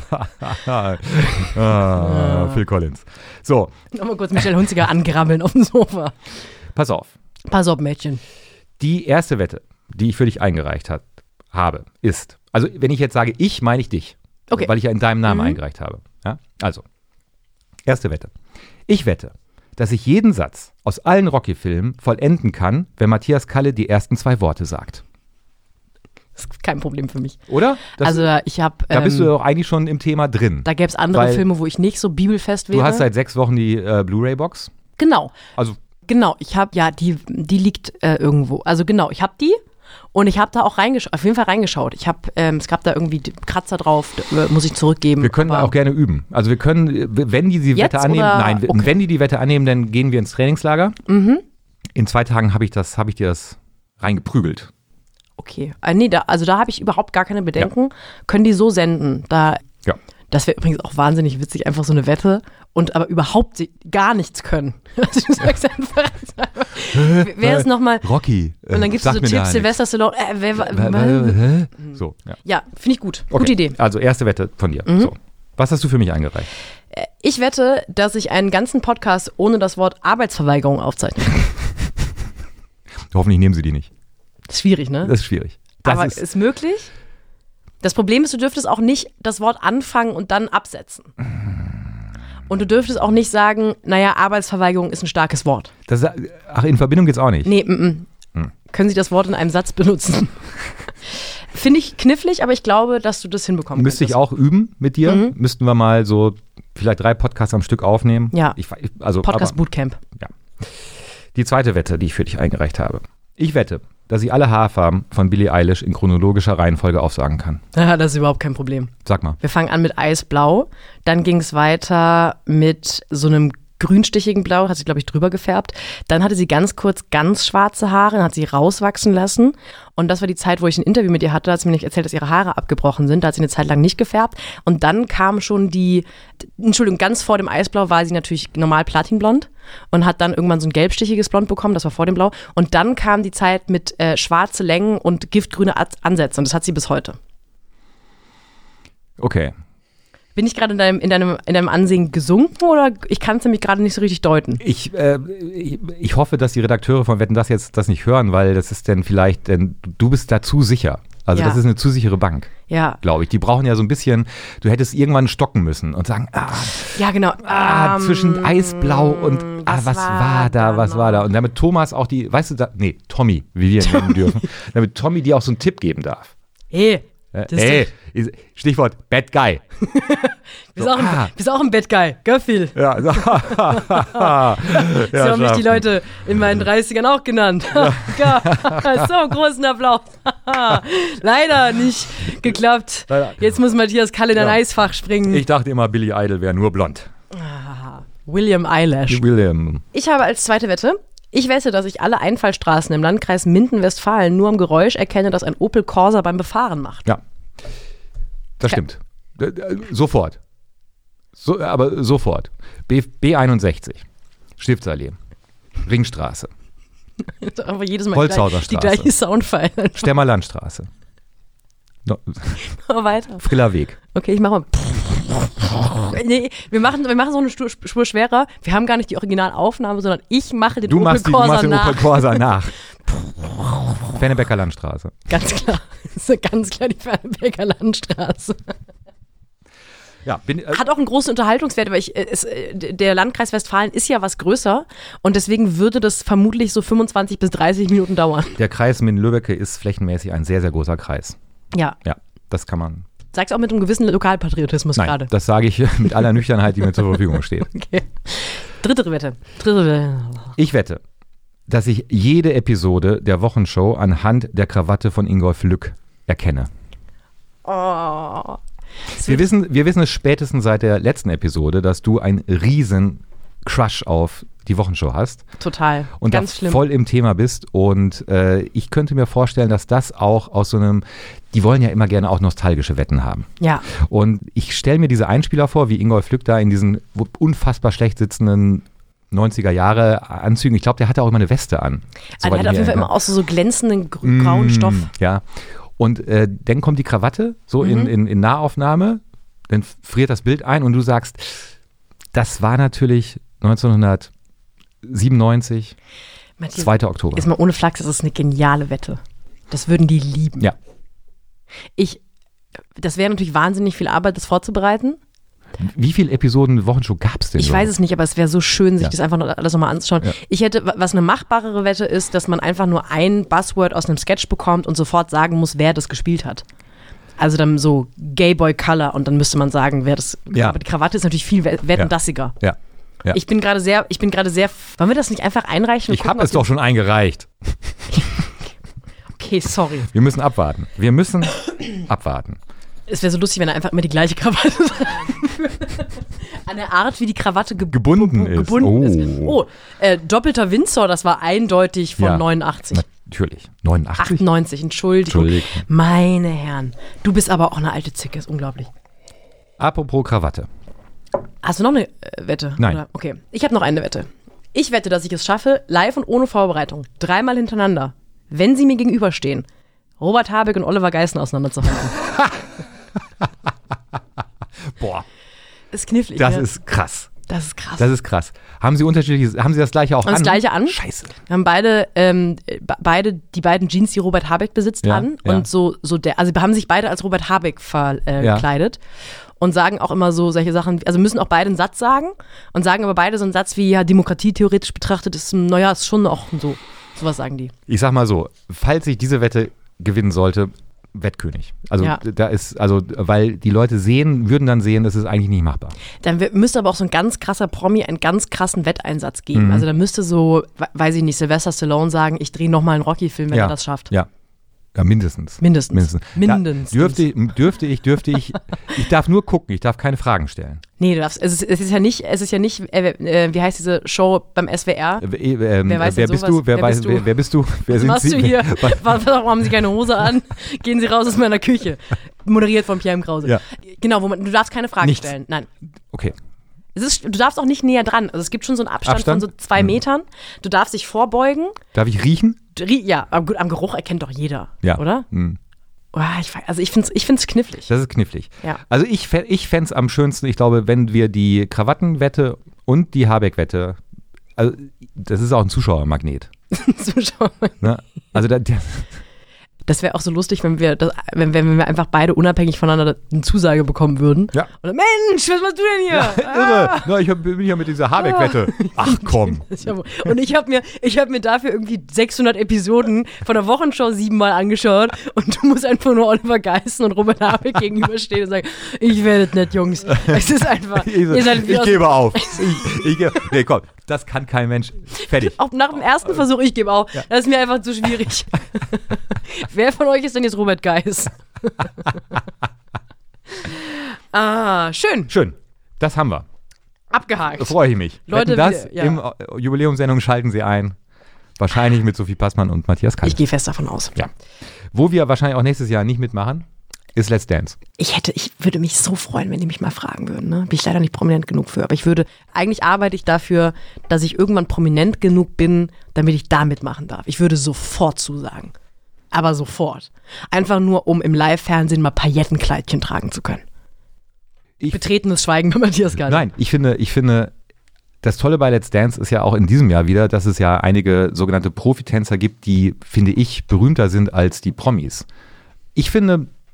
Speaker 2: ah, Phil Collins. So.
Speaker 1: Nochmal kurz Michelle Hunziker angrammeln auf dem Sofa.
Speaker 2: Pass auf.
Speaker 1: Pass auf, Mädchen.
Speaker 2: Die erste Wette, die ich für dich eingereicht hat, habe, ist, also wenn ich jetzt sage ich, meine ich dich.
Speaker 1: Okay.
Speaker 2: Weil ich ja in deinem Namen
Speaker 1: mhm.
Speaker 2: eingereicht habe. Ja? Also, erste Wette. Ich wette, dass ich jeden Satz aus allen Rocky-Filmen vollenden kann, wenn Matthias Kalle die ersten zwei Worte sagt.
Speaker 1: Das ist kein Problem für mich.
Speaker 2: Oder? Das,
Speaker 1: also ich habe.
Speaker 2: Da bist
Speaker 1: ähm,
Speaker 2: du doch eigentlich schon im Thema drin.
Speaker 1: Da gäbe es andere Filme, wo ich nicht so bibelfest wäre.
Speaker 2: Du hast seit sechs Wochen die äh, Blu-ray-Box.
Speaker 1: Genau.
Speaker 2: Also
Speaker 1: genau, ich habe, ja, die, die liegt äh, irgendwo. Also genau, ich habe die und ich habe da auch reingeschaut, auf jeden Fall reingeschaut. Ich habe, ähm, es gab da irgendwie Kratzer drauf, äh, muss ich zurückgeben.
Speaker 2: Wir können auch gerne üben. Also wir können, wenn die die Wette annehmen,
Speaker 1: oder?
Speaker 2: nein,
Speaker 1: Okay.
Speaker 2: wenn die die Wette annehmen, dann gehen wir ins Trainingslager.
Speaker 1: Mhm.
Speaker 2: In zwei Tagen habe ich das, habe ich dir das reingeprügelt.
Speaker 1: Okay, äh, nee, da, also da habe ich überhaupt gar keine Bedenken.
Speaker 2: Ja.
Speaker 1: Können die so senden? Da,
Speaker 2: ja.
Speaker 1: Das wäre übrigens auch wahnsinnig witzig, einfach so eine Wette und aber überhaupt gar nichts können. Also du sagst einfach, wer ist nochmal
Speaker 2: Rocky.
Speaker 1: Und dann gibt es so Tipps, Sylvester Stallone. Äh, wer,
Speaker 2: wer, so, ja.
Speaker 1: Ja, finde ich gut.
Speaker 2: Okay.
Speaker 1: Gute Idee.
Speaker 2: Also erste Wette von dir.
Speaker 1: Mhm.
Speaker 2: So. Was hast du für mich eingereicht?
Speaker 1: Ich wette, dass ich einen ganzen Podcast ohne das Wort Arbeitsverweigerung aufzeichnen kann.
Speaker 2: Hoffentlich nehmen sie die nicht.
Speaker 1: Das ist schwierig, ne?
Speaker 2: Das ist schwierig. Das
Speaker 1: Aber
Speaker 2: ist,
Speaker 1: ist möglich. Das Problem ist, du dürftest auch nicht das Wort anfangen und dann absetzen. Und du dürftest auch nicht sagen, naja, Arbeitsverweigerung ist ein starkes Wort.
Speaker 2: Das, ach, in Verbindung geht's auch nicht?
Speaker 1: Nee, m -m. Hm. Können Sie das Wort in einem Satz benutzen? Finde ich knifflig, aber ich glaube, dass du das hinbekommen
Speaker 2: Müsste
Speaker 1: könntest.
Speaker 2: ich auch üben mit dir. Mhm. Müssten wir mal so vielleicht drei Podcasts am Stück aufnehmen.
Speaker 1: Ja,
Speaker 2: ich, also,
Speaker 1: Podcast
Speaker 2: aber,
Speaker 1: Bootcamp.
Speaker 2: Ja. Die zweite Wette, die ich für dich eingereicht habe. Ich wette, dass ich alle Haarfarben von Billie Eilish in chronologischer Reihenfolge aufsagen kann.
Speaker 1: Ja, das ist überhaupt kein Problem.
Speaker 2: Sag mal.
Speaker 1: Wir fangen an mit Eisblau, dann ging es weiter mit so einem grünstichigen Blau, hat sie, glaube ich, drüber gefärbt. Dann hatte sie ganz kurz ganz schwarze Haare, dann hat sie rauswachsen lassen. Und das war die Zeit, wo ich ein Interview mit ihr hatte, da hat sie mir nicht erzählt, dass ihre Haare abgebrochen sind. Da hat sie eine Zeit lang nicht gefärbt. Und dann kam schon die, Entschuldigung, ganz vor dem Eisblau war sie natürlich normal platinblond und hat dann irgendwann so ein gelbstichiges Blond bekommen, das war vor dem Blau. Und dann kam die Zeit mit äh, schwarze Längen und giftgrüne Ansätze. Und das hat sie bis heute.
Speaker 2: Okay.
Speaker 1: Bin ich gerade in deinem, in, deinem, in deinem Ansehen gesunken oder ich kann es nämlich gerade nicht so richtig deuten?
Speaker 2: Ich, äh, ich, ich hoffe, dass die Redakteure von Wetten, das jetzt das nicht hören, weil das ist dann vielleicht, denn du bist da zu sicher. Also
Speaker 1: ja.
Speaker 2: Das ist eine zu sichere Bank,
Speaker 1: ja.
Speaker 2: glaube ich. Die brauchen ja so ein bisschen, du hättest irgendwann stocken müssen und sagen, ah,
Speaker 1: ja, genau.
Speaker 2: ah,
Speaker 1: um,
Speaker 2: zwischen Eisblau und ah, was, was war, war da, da was noch? war da. Und damit Thomas auch die, weißt du, da, nee, Tommy, wie wir ihn nennen dürfen, damit Tommy dir auch so einen Tipp geben darf.
Speaker 1: Hey,
Speaker 2: Ey, Stichwort Bad Guy.
Speaker 1: Bist, so, auch, ah. bist auch ein Bad Guy, gell, Phil?
Speaker 2: Ja, so,
Speaker 1: ja, so haben mich die Leute in meinen dreißigern auch genannt. Ja. So, großen Applaus. Leider nicht geklappt. Leider. Jetzt muss Matthias Kalle in ein ja. Eisfach springen.
Speaker 2: Ich dachte immer, Billy Idol wäre nur blond.
Speaker 1: Ah, William Eyelash.
Speaker 2: William.
Speaker 1: Ich habe als zweite Wette, ich wette, dass ich alle Einfallstraßen im Landkreis Minden-Westfalen nur am Geräusch erkenne, dass ein Opel Corsa beim Befahren macht.
Speaker 2: Ja, das okay. stimmt. Sofort. So, aber sofort. B, B einundsechzig, Stiftsallee, Ringstraße,
Speaker 1: aber jedes Mal
Speaker 2: Holzhauserstraße,
Speaker 1: die gleiche Soundfile.
Speaker 2: Stemmerlandstraße. No.
Speaker 1: Weiter.
Speaker 2: Friller Weg.
Speaker 1: Okay, ich mache mal. Nee, wir machen, wir machen so eine Spur schwerer. Wir haben gar nicht die Originalaufnahme, sondern ich mache den
Speaker 2: du
Speaker 1: Opel
Speaker 2: machst die,
Speaker 1: Corsa
Speaker 2: nach. Du machst den
Speaker 1: nach.
Speaker 2: Opel Corsa nach. Fernebecker Landstraße.
Speaker 1: Ganz klar. Das ist ganz klar die Fernebecker Landstraße.
Speaker 2: Ja, bin, äh,
Speaker 1: Hat auch einen großen Unterhaltungswert, weil ich, es, der Landkreis Westfalen ist ja was größer und deswegen würde das vermutlich so fünfundzwanzig bis dreißig Minuten dauern.
Speaker 2: Der Kreis Minden-Lübbecke ist flächenmäßig ein sehr, sehr großer Kreis.
Speaker 1: Ja.
Speaker 2: Ja, das kann man.
Speaker 1: Sag's auch mit einem gewissen Lokalpatriotismus
Speaker 2: Nein,
Speaker 1: gerade.
Speaker 2: das sage ich mit aller Nüchternheit, die mir zur Verfügung steht.
Speaker 1: Okay. Dritte Wette. Dritte Wette.
Speaker 2: Ich wette, dass ich jede Episode der Wochenshow anhand der Krawatte von Ingolf Lück erkenne.
Speaker 1: Oh.
Speaker 2: Wir wissen, wir wissen es spätestens seit der letzten Episode, dass du einen riesen Crush auf die Wochenshow hast.
Speaker 1: Total.
Speaker 2: Und
Speaker 1: Ganz
Speaker 2: da
Speaker 1: schlimm.
Speaker 2: voll im Thema bist. Und äh, ich könnte mir vorstellen, dass das auch aus so einem, die wollen ja immer gerne auch nostalgische Wetten haben.
Speaker 1: Ja.
Speaker 2: Und ich stelle mir diese Einspieler vor, wie Ingolf Lück da in diesen unfassbar schlecht sitzenden neunziger Jahre Anzügen. Ich glaube, der hatte auch immer eine Weste an.
Speaker 1: Also der hat auf jeden Fall immer auch so, so glänzenden grü- grauen Stoff.
Speaker 2: Ja. Und äh, dann kommt die Krawatte so
Speaker 1: Mhm.
Speaker 2: in, in, in Nahaufnahme, dann friert das Bild ein und du sagst, das war natürlich neunzehnhundertsiebenundneunzig,
Speaker 1: Matthias,
Speaker 2: zweiter Oktober.
Speaker 1: Ist mal ohne Flachs, das ist eine geniale Wette. Das würden die lieben.
Speaker 2: Ja.
Speaker 1: Ich, das wäre natürlich wahnsinnig viel Arbeit, das vorzubereiten.
Speaker 2: Wie viele Episoden Wochenshow gab es denn?
Speaker 1: Ich
Speaker 2: so?
Speaker 1: weiß es nicht, aber es wäre so schön, sich
Speaker 2: Ja.
Speaker 1: das einfach noch, alles nochmal anzuschauen.
Speaker 2: Ja.
Speaker 1: Ich hätte, was eine machbarere Wette ist, dass man einfach nur ein Buzzword aus einem Sketch bekommt und sofort sagen muss, wer das gespielt hat. Also dann so Gayboy Color und dann müsste man sagen, wer das.
Speaker 2: Ja.
Speaker 1: Aber die Krawatte ist natürlich viel wettendassiger.
Speaker 2: Ja. Ja.
Speaker 1: Ich bin gerade sehr, ich bin gerade sehr. Wollen wir das nicht einfach einreichen? und
Speaker 2: Ich
Speaker 1: gucken,
Speaker 2: habe es
Speaker 1: ob
Speaker 2: doch schon eingereicht.
Speaker 1: die- Okay, sorry.
Speaker 2: Wir müssen abwarten. Wir müssen abwarten.
Speaker 1: Es wäre so lustig, wenn er einfach immer die gleiche Krawatte tragen würde. An der Art, wie die Krawatte ge
Speaker 2: Gebunden ist.
Speaker 1: gebunden
Speaker 2: Oh.
Speaker 1: ist. Oh, äh, doppelter Windsor, das war eindeutig von
Speaker 2: Ja.
Speaker 1: neunundachtzig.
Speaker 2: Natürlich. neunundachtzig?
Speaker 1: achtundneunzig, Entschuldigung.
Speaker 2: Entschuldigung.
Speaker 1: Meine Herren, du bist aber auch eine alte Zicke, ist unglaublich.
Speaker 2: Apropos Krawatte.
Speaker 1: Hast du noch eine äh, Wette?
Speaker 2: Nein.
Speaker 1: Oder? Okay, ich habe noch eine Wette. Ich wette, dass ich es schaffe, live und ohne Vorbereitung, dreimal hintereinander, wenn sie mir gegenüberstehen, Robert Habeck und Oliver Geißen auseinanderzuhalten.
Speaker 2: Boah,
Speaker 1: Ist knifflig.
Speaker 2: das
Speaker 1: ne?
Speaker 2: ist krass.
Speaker 1: das ist krass.
Speaker 2: Das ist krass. Haben Sie unterschiedliche, haben Sie das gleiche auch
Speaker 1: Haben
Speaker 2: an?
Speaker 1: das Gleiche an?
Speaker 2: Scheiße.
Speaker 1: Wir haben beide, ähm, be- beide, die beiden Jeans, die Robert Habeck besitzt,
Speaker 2: Ja,
Speaker 1: an.
Speaker 2: ja.
Speaker 1: Und so, so der, also wir haben sich beide als Robert Habeck verkleidet.
Speaker 2: Ja.
Speaker 1: Und sagen auch immer so solche Sachen, also müssen auch beide einen Satz sagen und sagen aber beide so einen Satz wie, ja, Demokratie theoretisch betrachtet ist, naja, ist schon auch so. Sowas sagen die.
Speaker 2: Ich sag mal so, falls ich diese Wette gewinnen sollte, Wettkönig. Also
Speaker 1: Ja.
Speaker 2: da ist, also weil die Leute sehen, würden dann sehen, das ist eigentlich nicht machbar.
Speaker 1: Dann wär- müsste aber auch so ein ganz krasser Promi einen ganz krassen Wetteinsatz geben.
Speaker 2: Mhm.
Speaker 1: Also da müsste so, we- weiß ich nicht, Sylvester Stallone sagen, ich drehe nochmal einen Rocky-Film, wenn
Speaker 2: ja.
Speaker 1: er das schafft.
Speaker 2: Ja. Ja, mindestens.
Speaker 1: Mindestens.
Speaker 2: Mindestens.
Speaker 1: Mindestens.
Speaker 2: Da dürfte, dürfte ich, dürfte ich, ich darf nur gucken, ich darf keine Fragen stellen.
Speaker 1: Nee, du darfst, es ist, es ist ja nicht, es ist ja nicht, äh, äh, wie heißt diese Show beim S W R?
Speaker 2: Äh, äh, ähm,
Speaker 1: Wer weiß
Speaker 2: wer
Speaker 1: denn
Speaker 2: bist
Speaker 1: sowas?
Speaker 2: du? Wer,
Speaker 1: Wer
Speaker 2: weiß,
Speaker 1: bist du?
Speaker 2: Wer, wer bist du? Wer
Speaker 1: Was
Speaker 2: sind
Speaker 1: machst
Speaker 2: Sie?
Speaker 1: du hier?
Speaker 2: Was-
Speaker 1: Was, warum haben Sie keine Hose an? Gehen Sie raus aus meiner Küche. Moderiert von Pierre M. Krause.
Speaker 2: Ja.
Speaker 1: Genau, wo man, du darfst keine Fragen
Speaker 2: Nichts.
Speaker 1: stellen. Nein.
Speaker 2: Okay.
Speaker 1: Es ist, du darfst auch nicht näher dran. Also es gibt schon so einen Abstand,
Speaker 2: Abstand?
Speaker 1: von so zwei
Speaker 2: Mhm.
Speaker 1: Metern. Du darfst dich vorbeugen.
Speaker 2: Darf ich riechen?
Speaker 1: Du rie- Ja, am, gut, am Geruch erkennt doch jeder.
Speaker 2: Ja.
Speaker 1: Oder?
Speaker 2: Hm.
Speaker 1: Oh, ich, weiß- also ich finde es ich find's knifflig.
Speaker 2: Das ist knifflig.
Speaker 1: Ja.
Speaker 2: Also ich, fä- ich fände es am schönsten, ich glaube, wenn wir die Krawattenwette und die Habeck-Wette, also das ist auch ein Zuschauermagnet.
Speaker 1: Zuschauer.
Speaker 2: Ne? Also da, der,
Speaker 1: Das wäre auch so lustig, wenn wir, das, wenn, wenn wir einfach beide unabhängig voneinander eine Zusage bekommen würden.
Speaker 2: Ja.
Speaker 1: Oder Mensch, was machst du denn hier?
Speaker 2: irre. Na, ich hab, bin ja mit dieser Habeck-Wette. Ach komm.
Speaker 1: Und ich habe mir, ich hab mir dafür irgendwie sechshundert Episoden von der Wochenshow siebenmal angeschaut und du musst einfach nur Oliver Geißen und Robert Habeck gegenüberstehen und sagen, ich werde nicht, Jungs. Es ist einfach,
Speaker 2: Ich, so,
Speaker 1: ihr seid wie
Speaker 2: ich
Speaker 1: aus-
Speaker 2: gebe auf. Ich, ich gebe, nee, komm, das kann kein Mensch. Fertig.
Speaker 1: Auch nach dem ersten Versuch, ich gebe auf. Das ist mir einfach zu schwierig. Wer von euch ist denn jetzt Robert Geis? ah, schön.
Speaker 2: Schön. Das haben wir.
Speaker 1: Abgehakt.
Speaker 2: Da freue ich mich.
Speaker 1: Leute,
Speaker 2: Wetten, das
Speaker 1: wir- ja.
Speaker 2: im äh, Jubiläumssendung schalten Sie ein. Wahrscheinlich mit Sophie Passmann und Matthias Kalt.
Speaker 1: Ich gehe fest davon aus.
Speaker 2: Ja. Wo wir wahrscheinlich auch nächstes Jahr nicht mitmachen, ist Let's Dance.
Speaker 1: Ich hätte, ich würde mich so freuen, wenn die mich mal fragen würden. Ne? Bin ich leider nicht prominent genug für. Aber ich würde, eigentlich arbeite ich dafür, dass ich irgendwann prominent genug bin, damit ich da mitmachen darf. Ich würde sofort zusagen. Aber sofort. Einfach nur, um im Live-Fernsehen mal Paillettenkleidchen tragen zu können.
Speaker 2: Ich-
Speaker 1: Betretenes Schweigen bei Matthias Gall.
Speaker 2: Nein, ich finde, ich finde, das Tolle bei Let's Dance ist ja auch in diesem Jahr wieder, dass es ja einige sogenannte Profitänzer gibt, die, finde ich, berühmter sind als die Promis. Ich finde,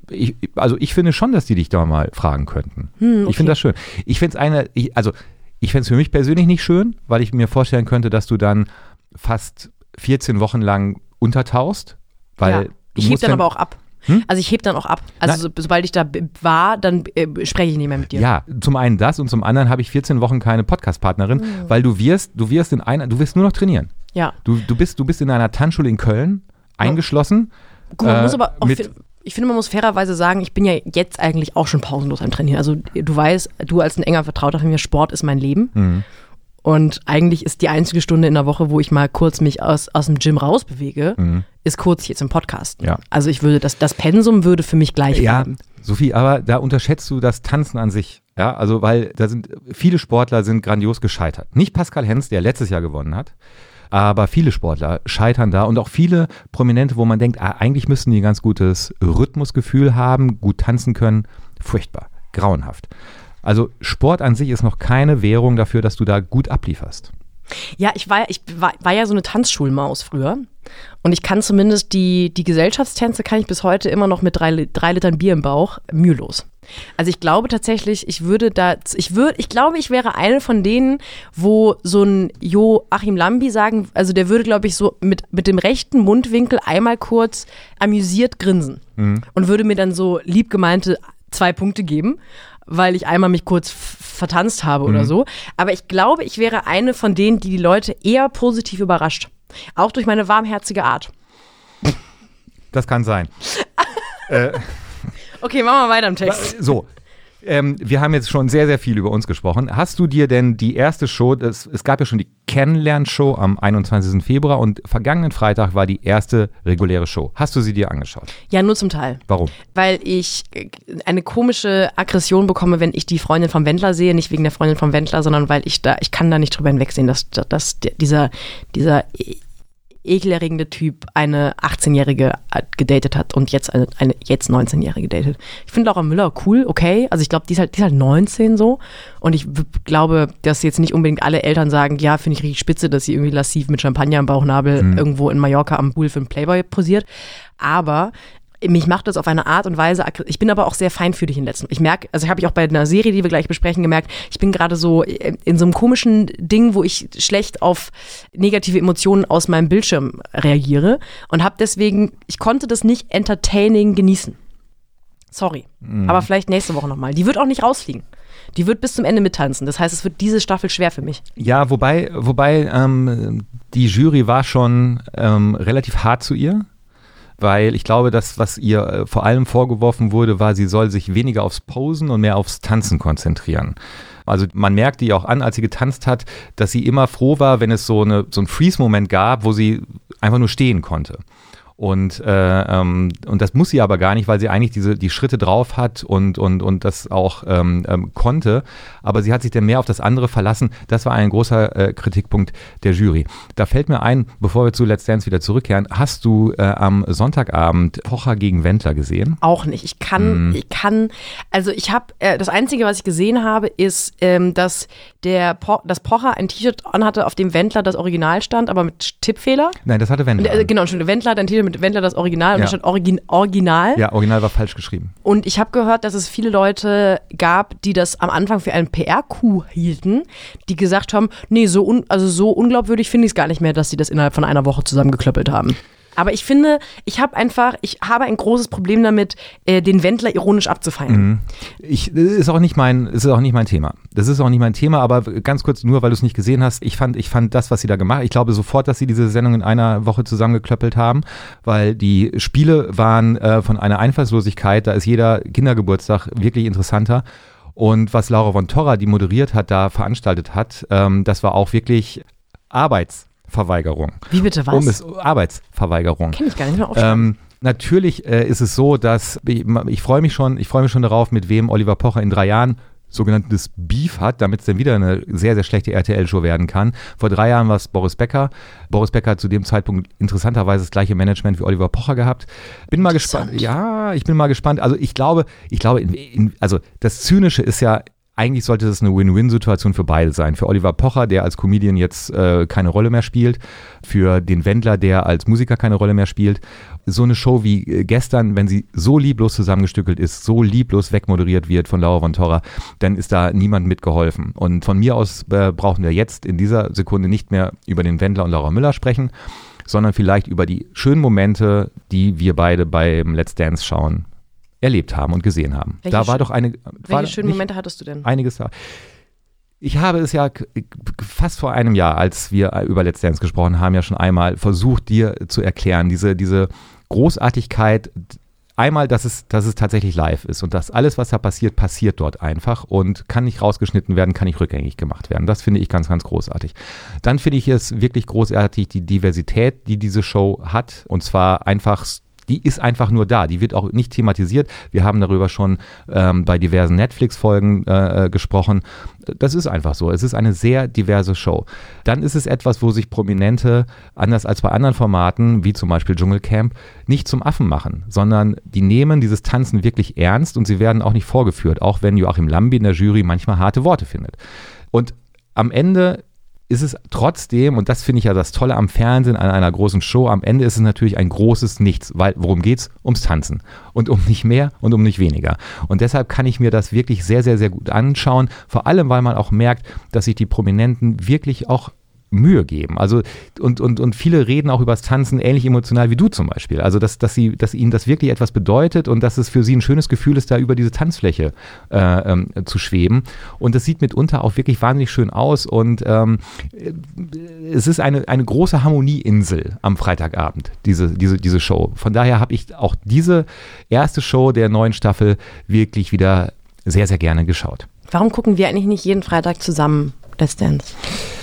Speaker 2: ich, also ich finde schon, dass die dich da mal fragen könnten. Hm, okay. Ich finde das schön. Ich finde es eine, ich, also ich finde es für mich persönlich nicht schön, weil ich mir vorstellen könnte, dass du dann fast vierzehn Wochen lang untertauchst, weil
Speaker 1: ja, ich heb dann, dann aber auch ab. Hm? Also ich heb dann auch ab. Also so, sobald ich da war, dann äh, spreche ich nicht mehr mit dir.
Speaker 2: Ja, zum einen das und zum anderen habe ich vierzehn Wochen keine Podcast-Partnerin, mhm. weil du wirst, du wirst in einer, du wirst nur noch trainieren.
Speaker 1: Ja.
Speaker 2: Du, du bist, du bist in einer Tanzschule in Köln eingeschlossen.
Speaker 1: Gut, man äh, muss aber auch, ich finde, man muss fairerweise sagen, ich bin ja jetzt eigentlich auch schon pausenlos am Trainieren. Also du weißt, du als ein enger Vertrauter von mir, Sport ist mein Leben. Mhm. Und eigentlich ist die einzige Stunde in der Woche, wo ich mal kurz mich aus, aus dem Gym rausbewege, mhm. ist kurz jetzt im Podcast.
Speaker 2: Ja.
Speaker 1: Also ich würde, das, das Pensum würde für mich gleich bleiben.
Speaker 2: Ja, Sophie, aber da unterschätzt du das Tanzen an sich. Ja, also weil da sind, viele Sportler sind grandios gescheitert. Nicht Pascal Hens, der letztes Jahr gewonnen hat, aber viele Sportler scheitern da und auch viele Prominente, wo man denkt, ah, eigentlich müssten die ein ganz gutes Rhythmusgefühl haben, gut tanzen können. Furchtbar, grauenhaft. Also Sport an sich ist noch keine Währung dafür, dass du da gut ablieferst.
Speaker 1: Ja, ich war, ich war, war ja so eine Tanzschulmaus früher und ich kann zumindest die, die Gesellschaftstänze kann ich bis heute immer noch mit drei, drei Litern Bier im Bauch mühelos. Also ich glaube tatsächlich, ich würde da, ich würde, ich glaube, ich wäre eine von denen, wo so ein Joachim Lambi sagen, also der würde, glaube ich, so mit, mit dem rechten Mundwinkel einmal kurz amüsiert grinsen mhm. und würde mir dann so liebgemeinte zwei Punkte geben, weil ich einmal mich kurz f- vertanzt habe oder mhm. so. Aber ich glaube, ich wäre eine von denen, die die Leute eher positiv überrascht. Auch durch meine warmherzige Art.
Speaker 2: Das kann sein. äh,
Speaker 1: okay, machen wir weiter im Text.
Speaker 2: So, ähm, wir haben jetzt schon sehr, sehr viel über uns gesprochen. Hast du dir denn die erste Show, das, es gab ja schon die Kennenlern-Show am einundzwanzigsten Februar und vergangenen Freitag war die erste reguläre Show. Hast du sie dir angeschaut?
Speaker 1: Ja, nur zum Teil.
Speaker 2: Warum?
Speaker 1: Weil ich eine komische Aggression bekomme, wenn ich die Freundin vom Wendler sehe, nicht wegen der Freundin vom Wendler, sondern weil ich da, ich kann da nicht drüber hinwegsehen, dass, dass dieser, dieser ekelerregende Typ eine achtzehnjährige gedatet hat und jetzt eine, eine jetzt neunzehnjährige datet. Ich finde Laura Müller cool, okay. Also ich glaube, die ist halt, die ist halt neunzehn so. Und ich w- glaube, dass jetzt nicht unbedingt alle Eltern sagen, ja, finde ich richtig spitze, dass sie irgendwie lassiv mit Champagner im Bauchnabel mhm. irgendwo in Mallorca am Pool für einen Playboy posiert. Aber mich macht das auf eine Art und Weise, ich bin aber auch sehr feinfühlig in letztem. Ich merke, also habe ich auch bei einer Serie, die wir gleich besprechen, gemerkt, ich bin gerade so in so einem komischen Ding, wo ich schlecht auf negative Emotionen aus meinem Bildschirm reagiere und habe deswegen, ich konnte das nicht entertaining genießen. Sorry, mhm. aber vielleicht nächste Woche nochmal. Die wird auch nicht rausfliegen. Die wird bis zum Ende mittanzen. Das heißt, es wird diese Staffel schwer für mich.
Speaker 2: Ja, wobei, wobei ähm, die Jury war schon ähm, relativ hart zu ihr. Weil ich glaube, das, was ihr äh, vor allem vorgeworfen wurde, war, sie soll sich weniger aufs Posen und mehr aufs Tanzen konzentrieren. Also man merkte ihr auch an, als sie getanzt hat, dass sie immer froh war, wenn es so, eine, so einen Freeze-Moment gab, wo sie einfach nur stehen konnte. Und, äh, ähm, und das muss sie aber gar nicht, weil sie eigentlich diese, die Schritte drauf hat und, und, und das auch ähm, ähm, konnte. Aber sie hat sich dann mehr auf das andere verlassen. Das war ein großer äh, Kritikpunkt der Jury. Da fällt mir ein, bevor wir zu Let's Dance wieder zurückkehren, hast du äh, am Sonntagabend Pocher gegen Wendler gesehen?
Speaker 1: Auch nicht. Ich kann, mm. ich kann, also ich habe, äh, das Einzige, was ich gesehen habe, ist, ähm, dass der po- dass Pocher ein T-Shirt anhatte, auf dem Wendler das Original stand, aber mit Tippfehler.
Speaker 2: Nein, das hatte Wendler.
Speaker 1: Äh, genau, schon Wendler hat ein T-Shirt mit Wendler das Original und
Speaker 2: ja.
Speaker 1: da stand Origin, Original.
Speaker 2: Ja, Original war falsch geschrieben.
Speaker 1: Und ich habe gehört, dass es viele Leute gab, die das am Anfang für einen P R-Coup hielten, die gesagt haben, nee, so, un, also so unglaubwürdig finde ich es gar nicht mehr, dass sie das innerhalb von einer Woche zusammengeklöppelt haben. Aber ich finde, ich habe einfach, ich habe ein großes Problem damit, äh, den Wendler ironisch abzufeiern.
Speaker 2: Mhm. Ich, das ist auch nicht mein, das ist auch nicht mein Thema. Das ist auch nicht mein Thema, aber ganz kurz, nur weil du es nicht gesehen hast, ich fand, ich fand das, was sie da gemacht haben, ich glaube sofort, dass sie diese Sendung in einer Woche zusammengeklöppelt haben, weil die Spiele waren äh, von einer Einfallslosigkeit, da ist jeder Kindergeburtstag wirklich interessanter. Und was Laura von Torra, die moderiert hat, da veranstaltet hat, ähm, das war auch wirklich Arbeits Verweigerung.
Speaker 1: Wie bitte was?
Speaker 2: Um es, Arbeitsverweigerung.
Speaker 1: Kenn ich gar nicht mehr
Speaker 2: ähm, Natürlich äh, ist es so, dass ich, ich freue mich schon, ich freue mich schon darauf, mit wem Oliver Pocher in drei Jahren sogenanntes Beef hat, damit es dann wieder eine sehr, sehr schlechte R T L-Show werden kann. Vor drei Jahren war es Boris Becker. Boris Becker hat zu dem Zeitpunkt interessanterweise das gleiche Management wie Oliver Pocher gehabt. Bin mal gespannt. Ja, ich bin mal gespannt. Also ich glaube, ich glaube, in, in, also das Zynische ist ja eigentlich sollte das eine Win-Win-Situation für beide sein. Für Oliver Pocher, der als Comedian jetzt äh, keine Rolle mehr spielt, für den Wendler, der als Musiker keine Rolle mehr spielt. So eine Show wie äh, gestern, wenn sie so lieblos zusammengestückelt ist, so lieblos wegmoderiert wird von Laura von Torra, dann ist da niemand mitgeholfen. Und von mir aus äh, brauchen wir jetzt in dieser Sekunde nicht mehr über den Wendler und Laura Müller sprechen, sondern vielleicht über die schönen Momente, die wir beide beim Let's Dance schauen, erlebt haben und gesehen haben.
Speaker 1: Welche
Speaker 2: da war
Speaker 1: schön,
Speaker 2: doch eine.
Speaker 1: Welche schönen Momente hattest du denn?
Speaker 2: Einiges da. Ich habe es ja fast vor einem Jahr, als wir über Let's Dance gesprochen haben, ja schon einmal versucht, dir zu erklären, diese, diese Großartigkeit, einmal, dass es, dass es tatsächlich live ist und dass alles, was da passiert, passiert dort einfach und kann nicht rausgeschnitten werden, kann nicht rückgängig gemacht werden. Das finde ich ganz, ganz großartig. Dann finde ich es wirklich großartig, die Diversität, die diese Show hat, und zwar einfach die ist einfach nur da, die wird auch nicht thematisiert. Wir haben darüber schon ähm, bei diversen Netflix-Folgen äh, gesprochen. Das ist einfach so. Es ist eine sehr diverse Show. Dann ist es etwas, wo sich Prominente, anders als bei anderen Formaten, wie zum Beispiel Dschungelcamp, nicht zum Affen machen, sondern die nehmen dieses Tanzen wirklich ernst und sie werden auch nicht vorgeführt, auch wenn Joachim Lambi in der Jury manchmal harte Worte findet. Und am Ende ist es trotzdem, und das finde ich ja das Tolle am Fernsehen, an einer großen Show, am Ende ist es natürlich ein großes Nichts, weil worum geht's? Ums Tanzen und um nicht mehr und um nicht weniger. Und deshalb kann ich mir das wirklich sehr, sehr, sehr gut anschauen, vor allem, weil man auch merkt, dass sich die Prominenten wirklich auch Mühe geben. Also und, und, und viele reden auch über das Tanzen ähnlich emotional wie du zum Beispiel. Also dass, dass, sie, dass ihnen das wirklich etwas bedeutet und dass es für sie ein schönes Gefühl ist, da über diese Tanzfläche äh, ähm, zu schweben. Und das sieht mitunter auch wirklich wahnsinnig schön aus und ähm, es ist eine, eine große Harmonieinsel am Freitagabend, diese, diese, diese Show. Von daher habe ich auch diese erste Show der neuen Staffel wirklich wieder sehr, sehr gerne geschaut.
Speaker 1: Warum gucken wir eigentlich nicht jeden Freitag zusammen Let's Dance?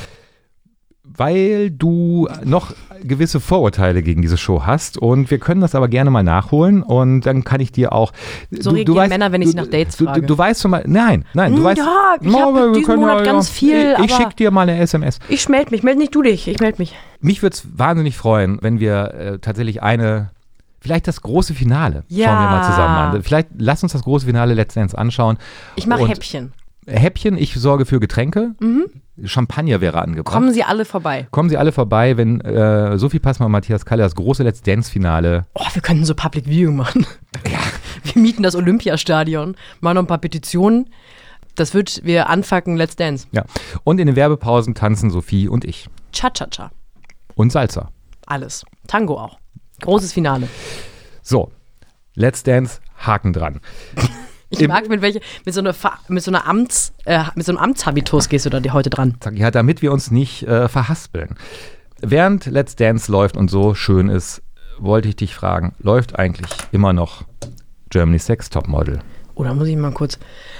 Speaker 2: Weil du noch gewisse Vorurteile gegen diese Show hast und wir können das aber gerne mal nachholen und dann kann ich dir auch...
Speaker 1: So
Speaker 2: du,
Speaker 1: reagieren
Speaker 2: du weißt,
Speaker 1: Männer, wenn ich
Speaker 2: du,
Speaker 1: sie nach Dates
Speaker 2: du,
Speaker 1: frage.
Speaker 2: Du, du weißt schon mal... Nein, nein, du
Speaker 1: mm,
Speaker 2: weißt...
Speaker 1: Ja, ich
Speaker 2: no,
Speaker 1: habe diesen
Speaker 2: können,
Speaker 1: Monat
Speaker 2: ja,
Speaker 1: ganz viel,
Speaker 2: Ich, ich schicke dir mal eine S M S.
Speaker 1: Ich melde mich, melde nicht du dich, ich melde mich.
Speaker 2: Mich würde es wahnsinnig freuen, wenn wir äh, tatsächlich eine... Vielleicht das große Finale
Speaker 1: Ja.
Speaker 2: schauen wir mal zusammen an. Vielleicht lass uns das große Finale Let's Dance anschauen.
Speaker 1: Ich mache
Speaker 2: Und
Speaker 1: Häppchen.
Speaker 2: Häppchen, ich sorge für Getränke. Mhm. Champagner wäre angebracht.
Speaker 1: Kommen Sie alle vorbei.
Speaker 2: Kommen Sie alle vorbei, wenn äh, Sophie Passmann und Matthias Kalle das große Let's Dance-Finale.
Speaker 1: Oh, wir könnten so Public Viewing machen.
Speaker 2: Ja.
Speaker 1: Wir mieten das Olympiastadion, machen noch ein paar Petitionen. Das wird wir anfangen, Let's Dance.
Speaker 2: Ja. Und in den Werbepausen tanzen Sophie und ich.
Speaker 1: Cha-cha-cha.
Speaker 2: Und Salsa.
Speaker 1: Alles. Tango auch. Großes Finale.
Speaker 2: So, Let's Dance, Haken dran.
Speaker 1: Ich mag, mit welche, mit so einer, Fa- mit so einer Amts, äh, mit so einem Amtshabitus gehst du da die heute dran.
Speaker 2: Ja, damit wir uns nicht äh, verhaspeln. Während Let's Dance läuft und so schön ist, wollte ich dich fragen, läuft eigentlich immer noch Germany's Next Topmodel?
Speaker 1: Oder muss ich mal kurz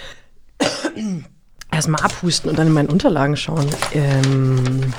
Speaker 1: erstmal abhusten und dann in meinen Unterlagen schauen. Ähm,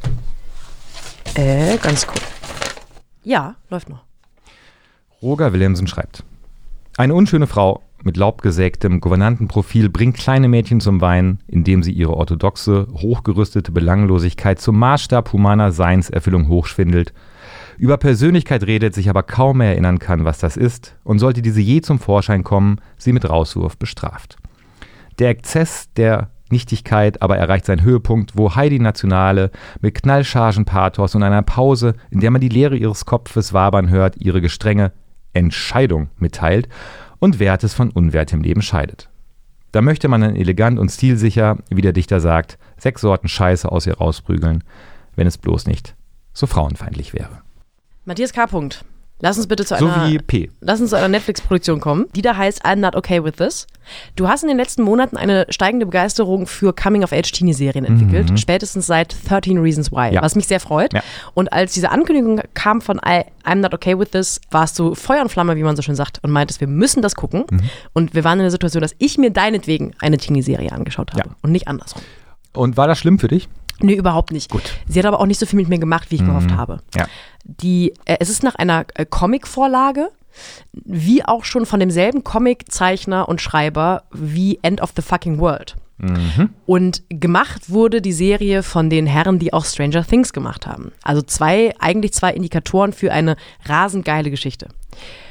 Speaker 1: äh, ganz kurz. Ja, läuft noch.
Speaker 2: Roger Willemsen schreibt: Eine unschöne Frau mit laubgesägtem Gouvernantenprofil bringt kleine Mädchen zum Weinen, indem sie ihre orthodoxe, hochgerüstete Belanglosigkeit zum Maßstab humaner Seinserfüllung hochschwindelt, über Persönlichkeit redet, sich aber kaum mehr erinnern kann, was das ist, und sollte diese je zum Vorschein kommen, sie mit Rauswurf bestraft. Der Exzess der Nichtigkeit aber erreicht seinen Höhepunkt, wo Heidi Nationale mit knallchargen Pathos und einer Pause, in der man die Leere ihres Kopfes wabern hört, ihre gestrenge Entscheidung mitteilt und Wertes von Unwertem Leben scheidet. Da möchte man dann elegant und stilsicher, wie der Dichter sagt, sechs Sorten Scheiße aus ihr rausprügeln, wenn es bloß nicht so frauenfeindlich wäre.
Speaker 1: Matthias K. Punkt. Lass uns bitte zu
Speaker 2: So
Speaker 1: einer,
Speaker 2: wie P.
Speaker 1: Lass uns zu einer Netflix-Produktion kommen, die da heißt I'm Not Okay With This. Du hast in den letzten Monaten eine steigende Begeisterung für Coming-of-Age-Teenie-Serien entwickelt, mhm. spätestens seit thirteen Reasons Why,
Speaker 2: ja.
Speaker 1: was mich sehr freut.
Speaker 2: Ja.
Speaker 1: Und als diese Ankündigung kam von I, I'm Not Okay With This, warst du Feuer und Flamme, wie man so schön sagt, und meintest, wir müssen das gucken. Mhm. Und wir waren in der Situation, dass ich mir deinetwegen eine Teenie-Serie angeschaut habe
Speaker 2: ja.
Speaker 1: und nicht andersrum.
Speaker 2: Und war das schlimm für dich?
Speaker 1: Nee, überhaupt nicht.
Speaker 2: Gut.
Speaker 1: Sie hat aber auch nicht so viel mit mir gemacht, wie ich mhm. gehofft habe.
Speaker 2: Ja.
Speaker 1: Die, äh, es ist nach einer äh, Comic-Vorlage, wie auch schon von demselben Comiczeichner und Schreiber wie End of the Fucking World.
Speaker 2: Mhm.
Speaker 1: Und gemacht wurde die Serie von den Herren, die auch Stranger Things gemacht haben. Also zwei, eigentlich zwei Indikatoren für eine rasend geile Geschichte.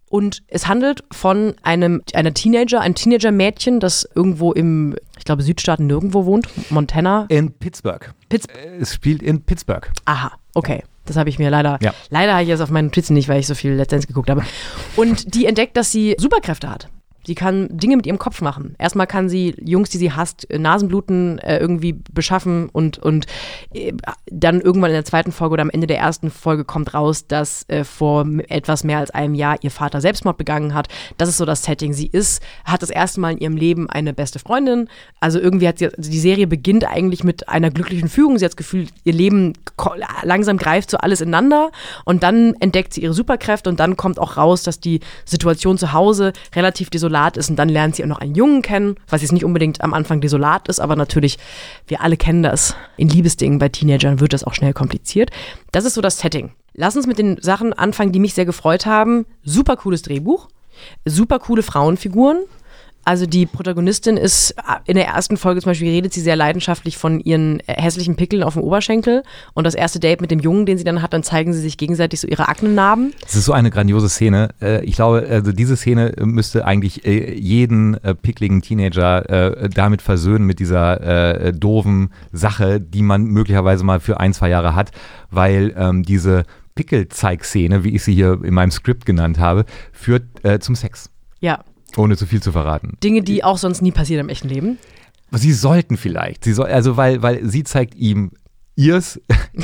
Speaker 1: Und es handelt von einem einer Teenager, ein Teenager-Mädchen, das irgendwo im, ich glaube, Südstaaten nirgendwo wohnt, Montana.
Speaker 2: In Pittsburgh.
Speaker 1: Pitts-
Speaker 2: es spielt in Pittsburgh.
Speaker 1: Aha, okay. Das habe ich mir leider,
Speaker 2: ja.
Speaker 1: leider habe ich jetzt auf meinen Notizen nicht, weil ich so viel Let's Dance geguckt habe. Und die entdeckt, dass sie Superkräfte hat. Sie kann Dinge mit ihrem Kopf machen. Erstmal kann sie Jungs, die sie hasst, Nasenbluten äh, irgendwie beschaffen und, und äh, dann irgendwann in der zweiten Folge oder am Ende der ersten Folge kommt raus, dass äh, vor etwas mehr als einem Jahr ihr Vater Selbstmord begangen hat. Das ist so das Setting. Sie ist, hat das erste Mal in ihrem Leben eine beste Freundin. Also irgendwie hat sie, also die Serie beginnt eigentlich mit einer glücklichen Fügung. Sie hat das Gefühl, ihr Leben langsam greift so alles ineinander und dann entdeckt sie ihre Superkräfte und dann kommt auch raus, dass die Situation zu Hause relativ desolat ist und dann lernt sie auch noch einen Jungen kennen, was jetzt nicht unbedingt am Anfang desolat ist, aber natürlich, wir alle kennen das, in Liebesdingen bei Teenagern wird das auch schnell kompliziert. Das ist so das Setting. Lass uns mit den Sachen anfangen, die mich sehr gefreut haben. Super cooles Drehbuch, super coole Frauenfiguren. Also die Protagonistin ist, in der ersten Folge zum Beispiel redet sie sehr leidenschaftlich von ihren hässlichen Pickeln auf dem Oberschenkel und das erste Date mit dem Jungen, den sie dann hat, dann zeigen sie sich gegenseitig so ihre Aknennarben.
Speaker 2: Das ist so eine grandiose Szene. Ich glaube, also diese Szene müsste eigentlich jeden pickligen Teenager damit versöhnen, mit dieser doofen Sache, die man möglicherweise mal für ein, zwei Jahre hat, weil ähm, diese Pickelzeig-Szene, wie ich sie hier in meinem Skript genannt habe, führt äh, zum Sex.
Speaker 1: Ja.
Speaker 2: Ohne zu viel zu verraten.
Speaker 1: Dinge, die auch sonst nie passieren im echten Leben.
Speaker 2: Sie sollten vielleicht. Sie soll, also weil, weil sie zeigt ihm ihrs,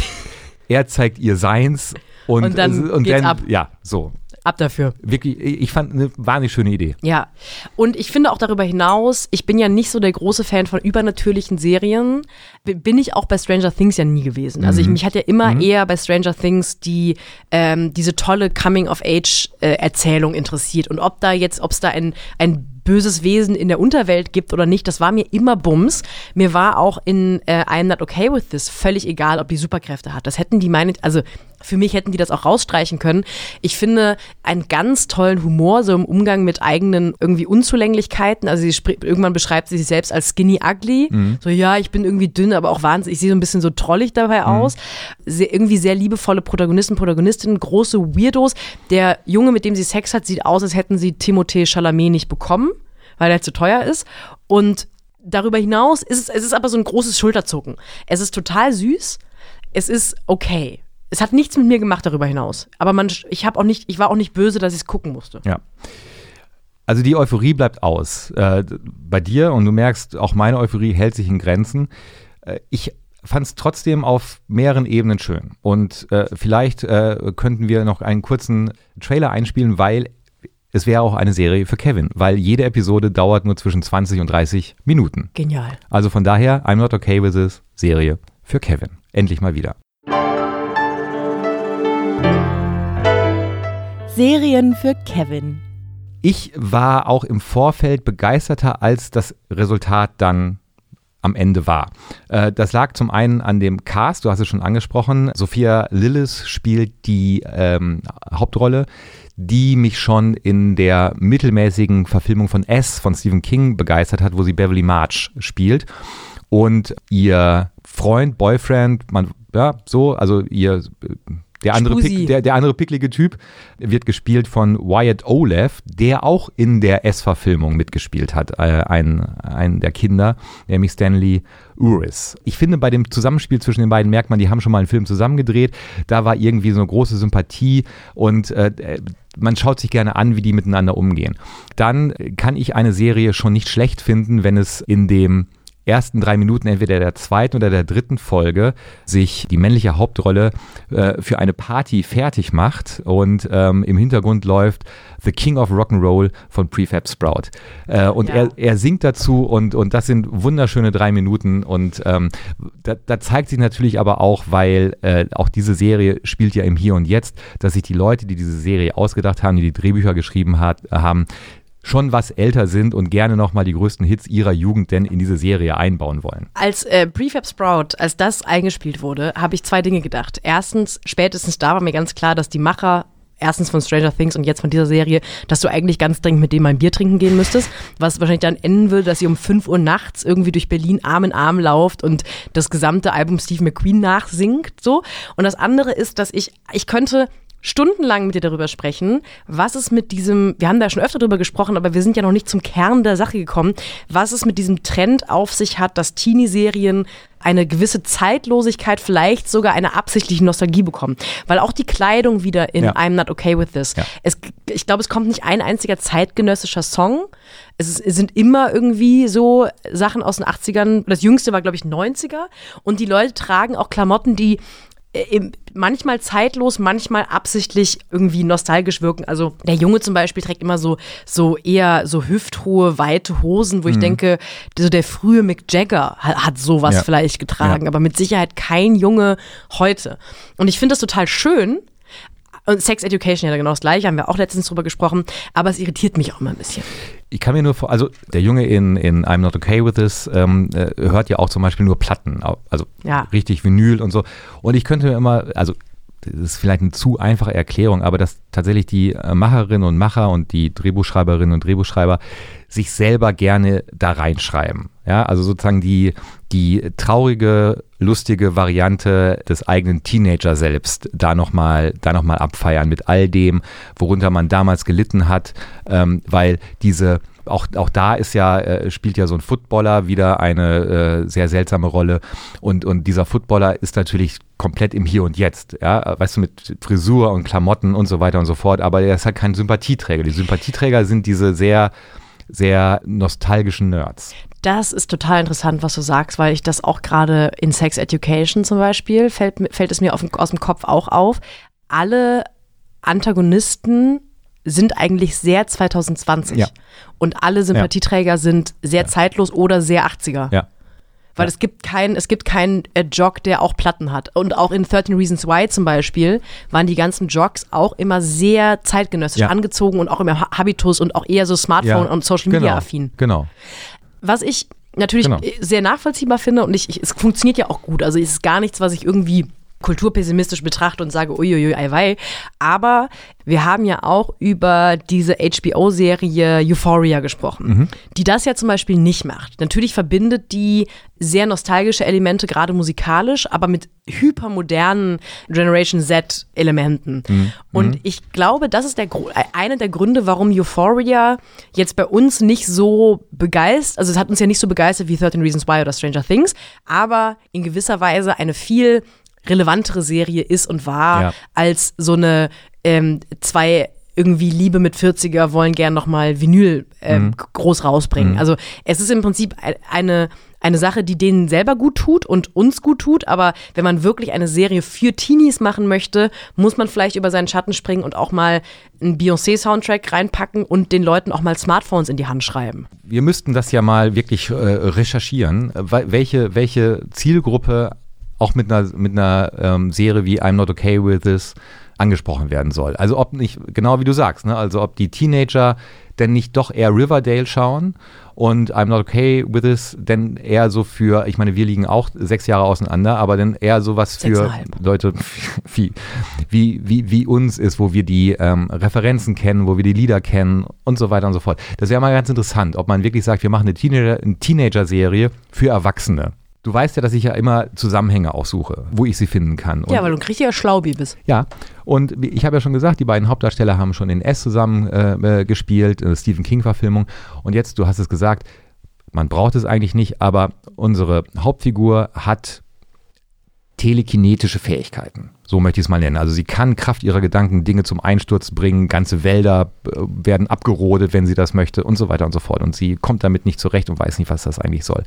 Speaker 2: er zeigt ihr seins und,
Speaker 1: und dann
Speaker 2: und
Speaker 1: geht's
Speaker 2: dann,
Speaker 1: ab.
Speaker 2: Ja, so.
Speaker 1: Ab dafür.
Speaker 2: Wirklich, ich fand eine wahnsinnig schöne Idee.
Speaker 1: Ja, und ich finde auch darüber hinaus, ich bin ja nicht so der große Fan von übernatürlichen Serien, bin ich auch bei Stranger Things ja nie gewesen. Also ich, mich hat ja immer mhm. eher bei Stranger Things die ähm, diese tolle Coming-of-Age-Erzählung interessiert und ob da jetzt, ob es da ein, ein böses Wesen in der Unterwelt gibt oder nicht, das war mir immer Bums. Mir war auch in äh, I'm Not Okay With This völlig egal, ob die Superkräfte hat. Das hätten die meine, also für mich hätten die das auch rausstreichen können. Ich finde einen ganz tollen Humor, so im Umgang mit eigenen irgendwie Unzulänglichkeiten. Also sie sp- irgendwann beschreibt sie sich selbst als skinny ugly. Mhm. So, ja, ich bin irgendwie dünn, aber auch wahnsinnig. Ich sehe so ein bisschen so trollig dabei aus. Mhm. Sehr, irgendwie sehr liebevolle Protagonisten, Protagonistinnen, große Weirdos. Der Junge, mit dem sie Sex hat, sieht aus, als hätten sie Timothée Chalamet nicht bekommen, weil er zu teuer ist. Und darüber hinaus ist es, es ist aber so ein großes Schulterzucken. Es ist total süß. Es ist okay. Es hat nichts mit mir gemacht darüber hinaus. Aber man, ich, hab auch nicht, ich war auch nicht böse, dass ich es gucken musste.
Speaker 2: Ja. Also die Euphorie bleibt aus äh, bei dir und du merkst, auch meine Euphorie hält sich in Grenzen. Äh, ich fand es trotzdem auf mehreren Ebenen schön. Und äh, vielleicht äh, könnten wir noch einen kurzen Trailer einspielen, weil es wäre auch eine Serie für Kevin, weil jede Episode dauert nur zwischen zwanzig und dreißig Minuten.
Speaker 1: Genial.
Speaker 2: Also von daher, I'm Not Okay With This, Serie für Kevin. Endlich mal wieder.
Speaker 4: Serien für Kevin.
Speaker 2: Ich war auch im Vorfeld begeisterter, als das Resultat dann am Ende war. Äh, das lag zum einen an dem Cast, du hast es schon angesprochen. Sophia Lillis spielt die ähm, Hauptrolle, die mich schon in der mittelmäßigen Verfilmung von S von Stephen King begeistert hat, wo sie Beverly March spielt. Und ihr Freund, Boyfriend, man, ja, so, also ihr Der andere, Pick, der, der andere picklige Typ wird gespielt von Wyatt Oleff, der auch in der S-Verfilmung mitgespielt hat, äh, ein, ein der Kinder, nämlich Stanley Uris. Ich finde, bei dem Zusammenspiel zwischen den beiden merkt man, die haben schon mal einen Film zusammen gedreht, da war irgendwie so eine große Sympathie und äh, man schaut sich gerne an, wie die miteinander umgehen. Dann kann ich eine Serie schon nicht schlecht finden, wenn es in dem ersten drei Minuten entweder der zweiten oder der dritten Folge sich die männliche Hauptrolle äh, für eine Party fertig macht und ähm, im Hintergrund läuft The King of Rock'n'Roll von Prefab Sprout. Äh, und ja. er, er singt dazu und, und das sind wunderschöne drei Minuten und ähm, da, da zeigt sich natürlich aber auch, weil äh, auch diese Serie spielt ja im Hier und Jetzt, dass sich die Leute, die diese Serie ausgedacht haben, die die Drehbücher geschrieben hat, haben, schon was älter sind und gerne nochmal die größten Hits ihrer Jugend denn in diese Serie einbauen wollen.
Speaker 1: Als äh, Prefab Sprout, als das eingespielt wurde, habe ich zwei Dinge gedacht. Erstens, spätestens da war mir ganz klar, dass die Macher erstens von Stranger Things und jetzt von dieser Serie, dass du eigentlich ganz dringend mit dem ein Bier trinken gehen müsstest, was wahrscheinlich dann enden würde, dass sie um fünf Uhr nachts irgendwie durch Berlin Arm in Arm lauft und das gesamte Album Steve McQueen nachsingt, so. Und das andere ist, dass ich, ich könnte stundenlang mit dir darüber sprechen, was es mit diesem, wir haben da schon öfter drüber gesprochen, aber wir sind ja noch nicht zum Kern der Sache gekommen, was es mit diesem Trend auf sich hat, dass Teenie-Serien eine gewisse Zeitlosigkeit, vielleicht sogar eine absichtliche Nostalgie bekommen. Weil auch die Kleidung wieder in ja. I'm Not Okay With This. Ja. Es, ich glaube, es kommt nicht ein einziger zeitgenössischer Song. Es, ist, es sind immer irgendwie so Sachen aus den achtzigern. Das jüngste war, glaube ich, neunziger. Und die Leute tragen auch Klamotten, die manchmal zeitlos, manchmal absichtlich irgendwie nostalgisch wirken. Also der Junge zum Beispiel trägt immer so, so eher so hüfthohe, weite Hosen, wo mhm. ich denke, so der frühe Mick Jagger hat, hat sowas ja. vielleicht getragen, ja. aber mit Sicherheit kein Junge heute. Und ich finde das total schön. Und Sex Education ja genau das Gleiche, haben wir auch letztens drüber gesprochen, aber es irritiert mich auch immer ein bisschen.
Speaker 2: Ich kann mir nur vor, also der Junge in, in I'm Not Okay With This ähm, äh, hört ja auch zum Beispiel nur Platten, also ja. richtig Vinyl und so. Und ich könnte mir immer, also das ist vielleicht eine zu einfache Erklärung, aber dass tatsächlich die Macherinnen und Macher und die Drehbuchschreiberinnen und Drehbuchschreiber sich selber gerne da reinschreiben. Ja, also sozusagen die, die traurige, lustige Variante des eigenen Teenager selbst da nochmal da noch mal abfeiern mit all dem, worunter man damals gelitten hat, ähm, weil diese Auch, auch da ist ja, äh, spielt ja so ein Footballer wieder eine äh, sehr seltsame Rolle und, und dieser Footballer ist natürlich komplett im Hier und Jetzt, ja, weißt du, mit Frisur und Klamotten und so weiter und so fort, aber er ist halt kein Sympathieträger. Die Sympathieträger sind diese sehr, sehr nostalgischen Nerds.
Speaker 1: Das ist total interessant, was du sagst, weil ich das auch gerade in Sex Education zum Beispiel, fällt, fällt es mir auf, aus dem Kopf auch auf. Alle Antagonisten sind eigentlich sehr zwanzig zwanzig. Ja. Und alle Sympathieträger ja. sind sehr ja. zeitlos oder sehr achtziger.
Speaker 2: Ja.
Speaker 1: Weil
Speaker 2: ja.
Speaker 1: es gibt keinen, es gibt keinen äh, Jock, der auch Platten hat. Und auch in thirteen Reasons Why zum Beispiel waren die ganzen Jocks auch immer sehr zeitgenössisch ja. angezogen und auch immer Habitus und auch eher so Smartphone- ja. und Social-Media-affin.
Speaker 2: Genau. genau.
Speaker 1: Was ich natürlich genau. sehr nachvollziehbar finde und ich, ich, es funktioniert ja auch gut. Also es ist gar nichts, was ich irgendwie kulturpessimistisch betrachte und sage, uiuiui, eiwei. Aber wir haben ja auch über diese H B O-Serie Euphoria gesprochen, mhm. die das ja zum Beispiel nicht macht. Natürlich verbindet die sehr nostalgische Elemente, gerade musikalisch, aber mit hypermodernen Generation Z-Elementen. Mhm. Und ich glaube, das ist der einer der Gründe, warum Euphoria jetzt bei uns nicht so begeistert, also es hat uns ja nicht so begeistert wie thirteen Reasons Why oder Stranger Things, aber in gewisser Weise eine viel relevantere Serie ist und war, ja. als so eine ähm, zwei irgendwie Liebe mit vierziger wollen gern nochmal Vinyl ähm, mhm. groß rausbringen. Mhm. Also es ist im Prinzip eine, eine Sache, die denen selber gut tut und uns gut tut, aber wenn man wirklich eine Serie für Teenies machen möchte, muss man vielleicht über seinen Schatten springen und auch mal einen Beyoncé-Soundtrack reinpacken und den Leuten auch mal Smartphones in die Hand schreiben.
Speaker 2: Wir müssten das ja mal wirklich äh, recherchieren, welche, welche Zielgruppe auch mit einer, mit einer ähm, Serie wie I'm Not Okay With This angesprochen werden soll. Also ob nicht, genau wie du sagst, ne? Also ob die Teenager denn nicht doch eher Riverdale schauen und I'm Not Okay With This denn eher so für, ich meine, wir liegen auch sechs Jahre auseinander, aber dann eher sowas für Leute wie, wie, wie, wie uns ist, wo wir die ähm, Referenzen kennen, wo wir die Lieder kennen und so weiter und so fort. Das wäre mal ganz interessant, ob man wirklich sagt, wir machen eine Teenager, eine Teenager-Serie für Erwachsene. Du weißt ja, dass ich ja immer Zusammenhänge auch suche, wo ich sie finden kann. Und
Speaker 1: ja, weil du kriegst ja Schlaubi bist.
Speaker 2: Ja, und ich habe ja schon gesagt, die beiden Hauptdarsteller haben schon in S zusammen äh, gespielt, äh, Stephen King-Verfilmung. Und jetzt, du hast es gesagt, man braucht es eigentlich nicht, aber unsere Hauptfigur hat telekinetische Fähigkeiten. So möchte ich es mal nennen. Also sie kann Kraft ihrer Gedanken Dinge zum Einsturz bringen, ganze Wälder äh, werden abgerodet, wenn sie das möchte und so weiter und so fort. Und sie kommt damit nicht zurecht und weiß nicht, was das eigentlich soll.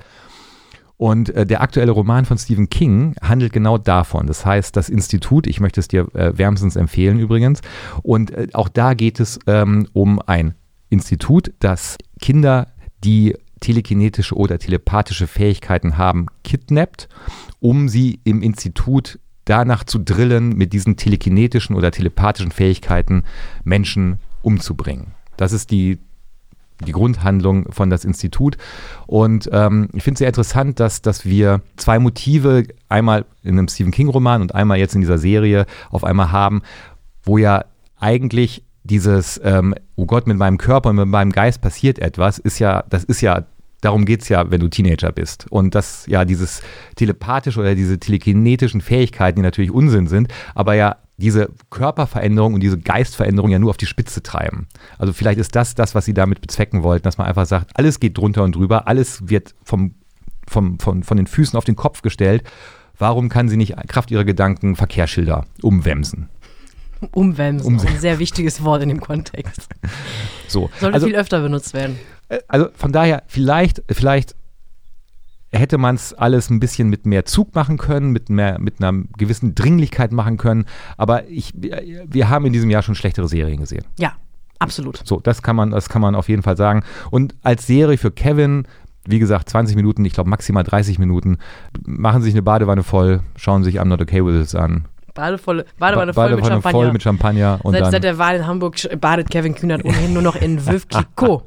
Speaker 2: Und äh, der aktuelle Roman von Stephen King handelt genau davon. Das heißt, das Institut, ich möchte es dir äh, wärmstens empfehlen übrigens. Und äh, auch da geht es ähm, um ein Institut, das Kinder, die telekinetische oder telepathische Fähigkeiten haben, kidnappt, um sie im Institut danach zu drillen, mit diesen telekinetischen oder telepathischen Fähigkeiten Menschen umzubringen. Das ist die die Grundhandlung von das Institut. Und ähm, ich finde es sehr interessant, dass, dass wir zwei Motive, einmal in einem Stephen King-Roman und einmal jetzt in dieser Serie auf einmal haben, wo ja eigentlich dieses, ähm, oh Gott, mit meinem Körper und mit meinem Geist passiert etwas, ist ja, das ist ja darum geht es ja, wenn du Teenager bist. Und dass ja dieses telepathische oder diese telekinetischen Fähigkeiten, die natürlich Unsinn sind, aber ja diese Körperveränderung und diese Geistveränderung ja nur auf die Spitze treiben. Also vielleicht ist das das, was sie damit bezwecken wollten, dass man einfach sagt, alles geht drunter und drüber, alles wird vom, vom, von, von den Füßen auf den Kopf gestellt. Warum kann sie nicht Kraft ihrer Gedanken Verkehrsschilder umwämsen?
Speaker 1: Umwämsen, Umwämsen. Ein sehr wichtiges Wort in dem Kontext.
Speaker 2: So.
Speaker 1: Sollte
Speaker 2: also,
Speaker 1: viel öfter benutzt werden.
Speaker 2: Also von daher, vielleicht, vielleicht hätte man es alles ein bisschen mit mehr Zug machen können, mit, mehr, mit einer gewissen Dringlichkeit machen können. Aber ich, wir haben in diesem Jahr schon schlechtere Serien gesehen.
Speaker 1: Ja, absolut.
Speaker 2: So, das kann man, das kann man auf jeden Fall sagen. Und als Serie für Kevin, wie gesagt, zwanzig Minuten, ich glaube maximal dreißig Minuten, machen sich eine Badewanne voll, schauen sich I'm Not Okay With This an.
Speaker 1: Badevolle, Badewanne
Speaker 2: ba-
Speaker 1: voll
Speaker 2: Badewanne
Speaker 1: mit Champagner.
Speaker 2: voll mit Champagner. Und
Speaker 1: seit,
Speaker 2: dann
Speaker 1: seit der Wahl in Hamburg badet Kevin Kühnert ohnehin nur noch in Veuve Clicquot.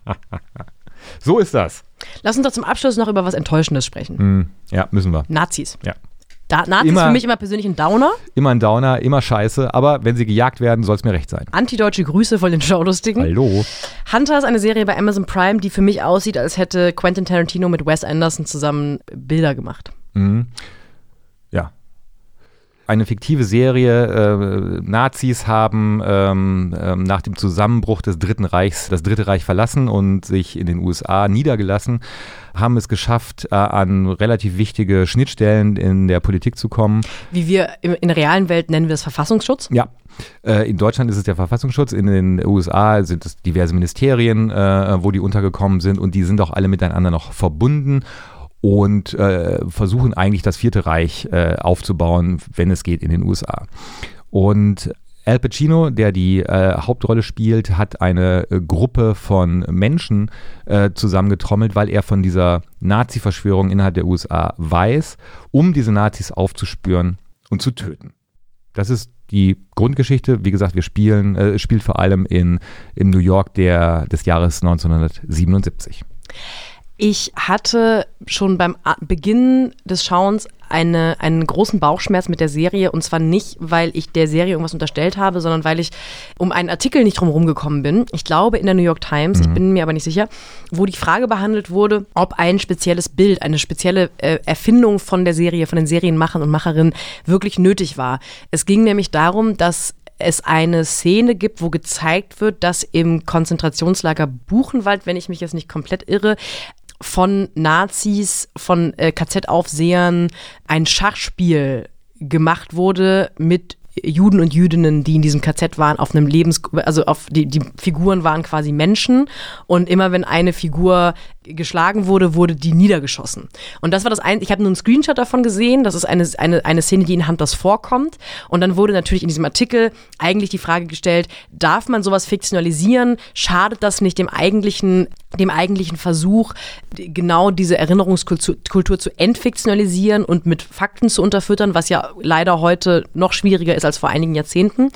Speaker 2: So ist das.
Speaker 1: Lass uns doch zum Abschluss noch über was Enttäuschendes sprechen.
Speaker 2: Mm, ja, müssen wir.
Speaker 1: Nazis.
Speaker 2: Ja.
Speaker 1: Da, Nazis
Speaker 2: immer,
Speaker 1: für mich immer persönlich ein Downer.
Speaker 2: Immer ein Downer, immer scheiße, aber wenn sie gejagt werden, soll es mir recht sein.
Speaker 1: Antideutsche Grüße von den Schaulustigen.
Speaker 2: Hallo.
Speaker 1: Hunter ist eine Serie bei Amazon Prime, die für mich aussieht, als hätte Quentin Tarantino mit Wes Anderson zusammen Bilder gemacht.
Speaker 2: Mhm. Ja. Eine fiktive Serie, äh, Nazis haben ähm, ähm, nach dem Zusammenbruch des Dritten Reichs das Dritte Reich verlassen und sich in den U S A niedergelassen, haben es geschafft, äh, an relativ wichtige Schnittstellen in der Politik zu kommen.
Speaker 1: Wie wir in, in der realen Welt nennen wir es Verfassungsschutz?
Speaker 2: Ja. Äh, in Deutschland ist es der Verfassungsschutz, in den U S A sind es diverse Ministerien, äh, wo die untergekommen sind und die sind auch alle miteinander noch verbunden. Und äh, versuchen eigentlich das Vierte Reich äh, aufzubauen, wenn es geht, in den U S A. Und Al Pacino, der die äh, Hauptrolle spielt, hat eine äh, Gruppe von Menschen äh, zusammengetrommelt, weil er von dieser Nazi-Verschwörung innerhalb der U S A weiß, um diese Nazis aufzuspüren und zu töten. Das ist die Grundgeschichte. Wie gesagt, wir spielen, äh, spielt vor allem in, in New York der, des Jahres neunzehnhundertsiebenundsiebzig.
Speaker 1: Ich hatte schon beim Beginn des Schauens eine, einen großen Bauchschmerz mit der Serie, und zwar nicht, weil ich der Serie irgendwas unterstellt habe, sondern weil ich um einen Artikel nicht drumherum gekommen bin. Ich glaube in der New York Times, mhm. ich bin mir aber nicht sicher, wo die Frage behandelt wurde, ob ein spezielles Bild, eine spezielle äh, Erfindung von der Serie, von den Serienmachern und Macherinnen wirklich nötig war. Es ging nämlich darum, dass es eine Szene gibt, wo gezeigt wird, dass im Konzentrationslager Buchenwald, wenn ich mich jetzt nicht komplett irre, von Nazis, von äh, K Z-Aufsehern ein Schachspiel gemacht wurde mit Juden und Jüdinnen, die in diesem K Z waren, auf einem Lebens, also auf die, die Figuren waren quasi Menschen, und immer wenn eine Figur geschlagen wurde, wurde die niedergeschossen. Und das war das ein, ich habe nur einen Screenshot davon gesehen, das ist eine, eine, eine Szene, die in Hunters vorkommt, und dann wurde natürlich in diesem Artikel eigentlich die Frage gestellt, darf man sowas fiktionalisieren, schadet das nicht dem eigentlichen, dem eigentlichen Versuch, genau diese Erinnerungskultur Kultur zu entfiktionalisieren und mit Fakten zu unterfüttern, was ja leider heute noch schwieriger ist als vor einigen Jahrzehnten.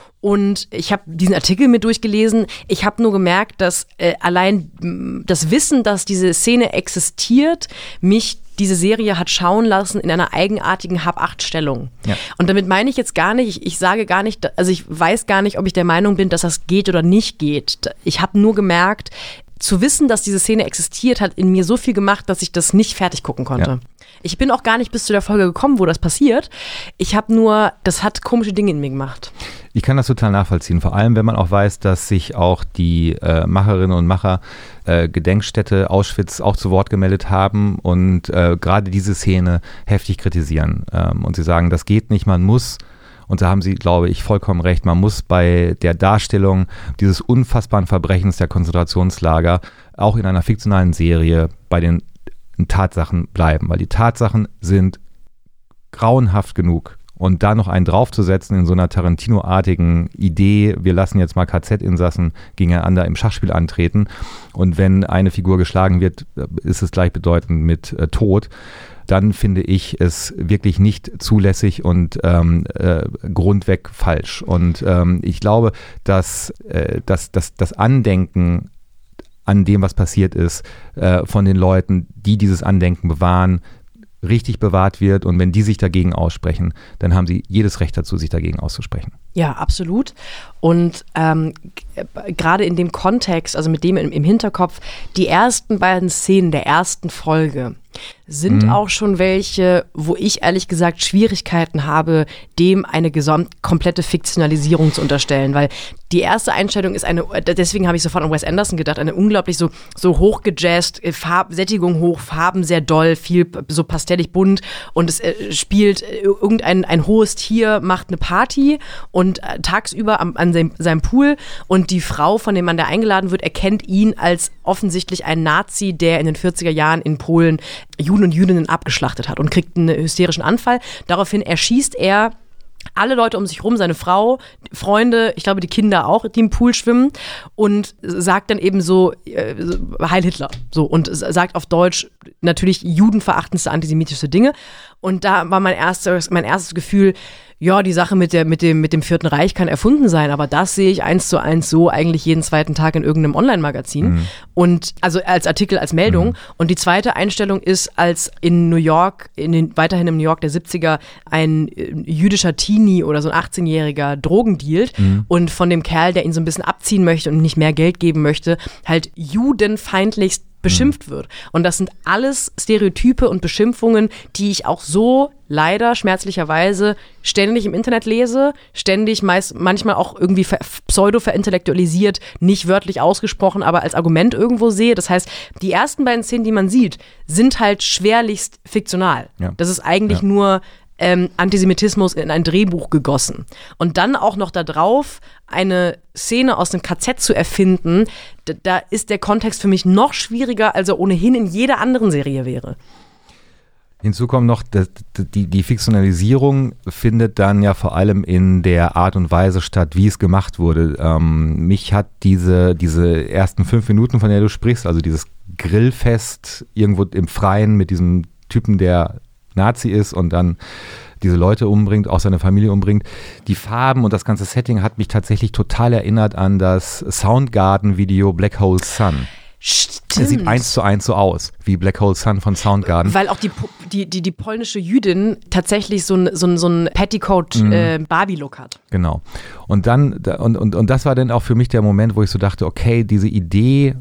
Speaker 1: Und ich habe diesen Artikel mit durchgelesen. Ich habe nur gemerkt, dass äh, allein m, das Wissen, dass diese Szene existiert, mich diese Serie hat schauen lassen in einer eigenartigen Hab-Acht-Stellung. Ja. Und damit meine ich jetzt gar nicht, ich, ich sage gar nicht, also ich weiß gar nicht, ob ich der Meinung bin, dass das geht oder nicht geht. Ich habe nur gemerkt, zu wissen, dass diese Szene existiert, hat in mir so viel gemacht, dass ich das nicht fertig gucken konnte. Ja. Ich bin auch gar nicht bis zu der Folge gekommen, wo das passiert. Ich habe nur, das hat komische Dinge in mir gemacht.
Speaker 2: Ich kann das total nachvollziehen, vor allem wenn man auch weiß, dass sich auch die äh, Macherinnen und Macher äh, Gedenkstätte Auschwitz auch zu Wort gemeldet haben und äh, gerade diese Szene heftig kritisieren. Ähm, und sie sagen, das geht nicht, man muss, und da haben sie, glaube ich, vollkommen recht, man muss bei der Darstellung dieses unfassbaren Verbrechens der Konzentrationslager auch in einer fiktionalen Serie bei den Tatsachen bleiben, weil die Tatsachen sind grauenhaft genug. Und da noch einen draufzusetzen in so einer Tarantino-artigen Idee, wir lassen jetzt mal K Z-Insassen gegeneinander im Schachspiel antreten, und wenn eine Figur geschlagen wird, ist es gleichbedeutend mit äh, Tod, dann finde ich es wirklich nicht zulässig und ähm, äh, grundweg falsch. Und ähm, ich glaube, dass, äh, dass, dass das Andenken an dem, was passiert ist, äh, von den Leuten, die dieses Andenken bewahren, richtig bewahrt wird und wenn die sich dagegen aussprechen, dann haben sie jedes Recht dazu, sich dagegen auszusprechen.
Speaker 1: Ja, absolut. Und ähm, g- gerade in dem Kontext, also mit dem im, im Hinterkopf, die ersten beiden Szenen der ersten Folge sind mhm. auch schon welche, wo ich ehrlich gesagt Schwierigkeiten habe, dem eine gesamt komplette Fiktionalisierung zu unterstellen, weil die erste Einstellung ist eine, deswegen habe ich sofort an Wes Anderson gedacht, eine unglaublich so, so hochgejazzt, Farb, Sättigung hoch, Farben sehr doll, viel so pastellig bunt und es äh, spielt äh, irgendein ein hohes Tier, macht eine Party und äh, tagsüber am, an seinem, seinem Pool und die Frau, von dem Mann, der eingeladen wird, erkennt ihn als offensichtlich einen Nazi, der in den vierziger Jahren in Polen Juden und Jüdinnen abgeschlachtet hat und kriegt einen hysterischen Anfall. Daraufhin erschießt er alle Leute um sich rum, seine Frau, Freunde, ich glaube die Kinder auch, die im Pool schwimmen und sagt dann eben so, äh, Heil Hitler, so und sagt auf Deutsch natürlich judenverachtendste antisemitische Dinge und da war mein erstes, mein erstes Gefühl, ja, die Sache mit der, mit dem, mit dem Vierten Reich kann erfunden sein, aber das sehe ich eins zu eins so eigentlich jeden zweiten Tag in irgendeinem Online-Magazin. Mhm. Und also als Artikel, als Meldung. Mhm. Und die zweite Einstellung ist, als in New York, in den, weiterhin im New York der siebziger, ein äh, jüdischer Teenie oder so ein achtzehnjähriger Drogen dealt mhm. und von dem Kerl, der ihn so ein bisschen abziehen möchte und nicht mehr Geld geben möchte, halt judenfeindlichst beschimpft wird. Und das sind alles Stereotype und Beschimpfungen, die ich auch so leider schmerzlicherweise ständig im Internet lese, ständig meist, manchmal auch irgendwie ver- pseudo-verintellektualisiert, nicht wörtlich ausgesprochen, aber als Argument irgendwo sehe. Das heißt, die ersten beiden Szenen, die man sieht, sind halt schwerlichst fiktional. Ja. Das ist eigentlich ja. nur Ähm, Antisemitismus in ein Drehbuch gegossen. Und dann auch noch da drauf eine Szene aus einem K Z zu erfinden, da, da ist der Kontext für mich noch schwieriger, als er ohnehin in jeder anderen Serie wäre.
Speaker 2: Hinzu kommt noch, dass die, die Fiktionalisierung findet dann ja vor allem in der Art und Weise statt, wie es gemacht wurde. Ähm, mich hat diese, diese ersten fünf Minuten, von der du sprichst, also dieses Grillfest irgendwo im Freien mit diesem Typen, der Nazi ist und dann diese Leute umbringt, auch seine Familie umbringt. Die Farben und das ganze Setting hat mich tatsächlich total erinnert an das Soundgarden-Video Black Hole Sun.
Speaker 1: Stimmt.
Speaker 2: Es sieht eins zu eins so aus, wie Black Hole Sun von Soundgarden.
Speaker 1: Weil auch die, die, die, die polnische Jüdin tatsächlich so ein, so ein, so ein Petticoat-Barbie-Look mhm. äh, hat.
Speaker 2: Genau. Und dann, und, und, und das war dann auch für mich der Moment, wo ich so dachte, okay, diese Idee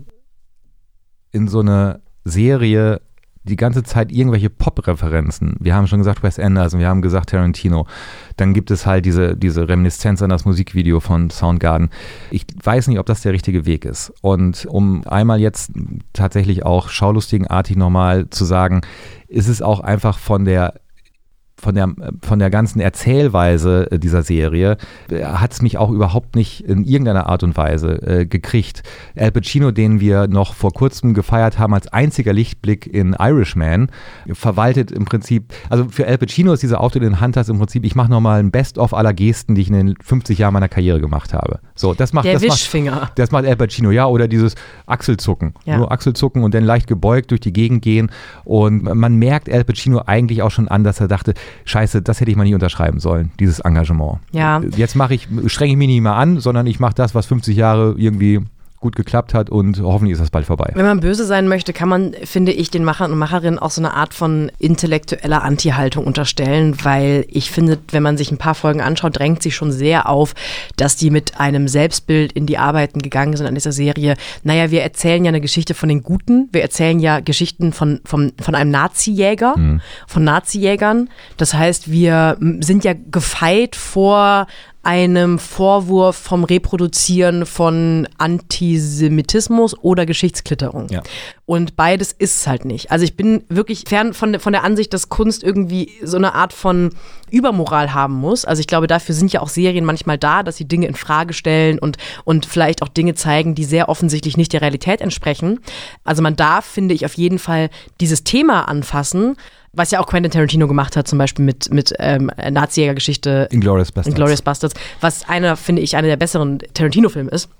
Speaker 2: in so eine Serie die ganze Zeit irgendwelche Pop-Referenzen. Wir haben schon gesagt Wes Anderson, wir haben gesagt Tarantino. Dann gibt es halt diese, diese Reminiszenz an das Musikvideo von Soundgarden. Ich weiß nicht, ob das der richtige Weg ist. Und um einmal jetzt tatsächlich auch schaulustigenartig nochmal zu sagen, ist es auch einfach von der Von der, von der ganzen Erzählweise dieser Serie hat es mich auch überhaupt nicht in irgendeiner Art und Weise äh, gekriegt. Al Pacino, den wir noch vor kurzem gefeiert haben als einziger Lichtblick in Irishman, verwaltet im Prinzip, also für Al Pacino ist dieser Auftritt in Hunters im Prinzip, ich mache nochmal ein Best-of aller Gesten, die ich in den fünfzig Jahren meiner Karriere gemacht habe. So, das macht,
Speaker 1: der
Speaker 2: das
Speaker 1: Wischfinger.
Speaker 2: Macht, das macht Al Pacino, ja, oder dieses Achselzucken. Ja. Nur Achselzucken und dann leicht gebeugt durch die Gegend gehen und man merkt Al Pacino eigentlich auch schon an, dass er dachte, Scheiße, das hätte ich mal nie unterschreiben sollen, dieses Engagement.
Speaker 1: Ja.
Speaker 2: Jetzt mache ich, strenge ich mich nicht mehr an, sondern ich mache das, was fünfzig Jahre irgendwie gut geklappt hat und hoffentlich ist das bald vorbei.
Speaker 1: Wenn man böse sein möchte, kann man, finde ich, den Machern und Macherinnen auch so eine Art von intellektueller Anti-Haltung unterstellen, weil ich finde, wenn man sich ein paar Folgen anschaut, drängt sich schon sehr auf, dass die mit einem Selbstbild in die Arbeiten gegangen sind an dieser Serie. Naja, wir erzählen ja eine Geschichte von den Guten, wir erzählen ja Geschichten von, von, von einem Nazi-Jäger, mhm. von Nazi-Jägern. Das heißt, wir sind ja gefeit vor einem Vorwurf vom Reproduzieren von Antisemitismus oder Geschichtsklitterung. Ja. Und beides ist es halt nicht. Also ich bin wirklich fern von, von der Ansicht, dass Kunst irgendwie so eine Art von Übermoral haben muss. Also ich glaube, dafür sind ja auch Serien manchmal da, dass sie Dinge in Frage stellen und, und vielleicht auch Dinge zeigen, die sehr offensichtlich nicht der Realität entsprechen. Also man darf, finde ich, auf jeden Fall dieses Thema anfassen, was ja auch Quentin Tarantino gemacht hat, zum Beispiel mit, mit ähm, Nazi-Jäger-Geschichte
Speaker 2: Inglourious Basterds.
Speaker 1: Inglourious Basterds, was einer, finde ich, einer der besseren Tarantino-Filme ist.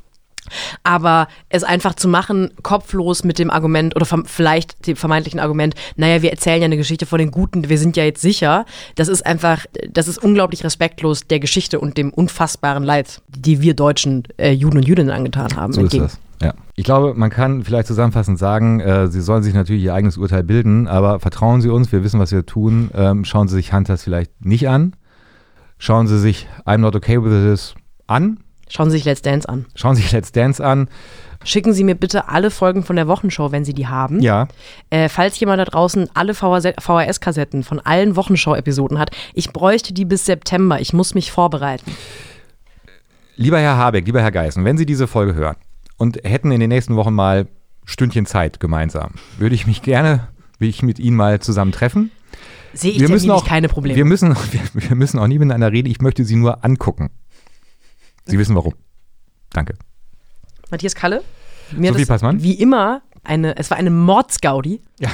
Speaker 1: Aber es einfach zu machen, kopflos mit dem Argument oder vielleicht dem vermeintlichen Argument, naja, wir erzählen ja eine Geschichte von den Guten, wir sind ja jetzt sicher, das ist einfach, das ist unglaublich respektlos der Geschichte und dem unfassbaren Leid, die wir deutschen äh, Juden und Jüdinnen angetan haben.
Speaker 2: So ist das. Ja, ich glaube, man kann vielleicht zusammenfassend sagen, äh, Sie sollen sich natürlich Ihr eigenes Urteil bilden, aber vertrauen Sie uns, wir wissen, was wir tun. Ähm, schauen Sie sich Hunters vielleicht nicht an. Schauen Sie sich I'm Not Okay With This an.
Speaker 1: Schauen Sie sich Let's Dance an.
Speaker 2: Schauen Sie sich Let's Dance an.
Speaker 1: Schicken Sie mir bitte alle Folgen von der Wochenshow, wenn Sie die haben.
Speaker 2: Ja.
Speaker 1: Äh, falls jemand da draußen alle V H S-Kassetten von allen Wochenshow-Episoden hat, ich bräuchte die bis September. Ich muss mich vorbereiten.
Speaker 2: Lieber Herr Habeck, lieber Herr Geißen, wenn Sie diese Folge hören und hätten in den nächsten Wochen mal Stündchen Zeit gemeinsam, würde ich mich gerne, will ich mit Ihnen mal zusammen treffen.
Speaker 1: Sehe ich
Speaker 2: wir müssen auch,
Speaker 1: keine Probleme.
Speaker 2: Wir müssen, wir, wir müssen auch nie miteinander reden, ich möchte Sie nur angucken. Sie wissen warum. Danke.
Speaker 1: Matthias Kalle, mir
Speaker 2: Sophie
Speaker 1: das
Speaker 2: Passmann.
Speaker 1: Wie immer, eine, es war eine Mordsgaudi.
Speaker 2: Ja.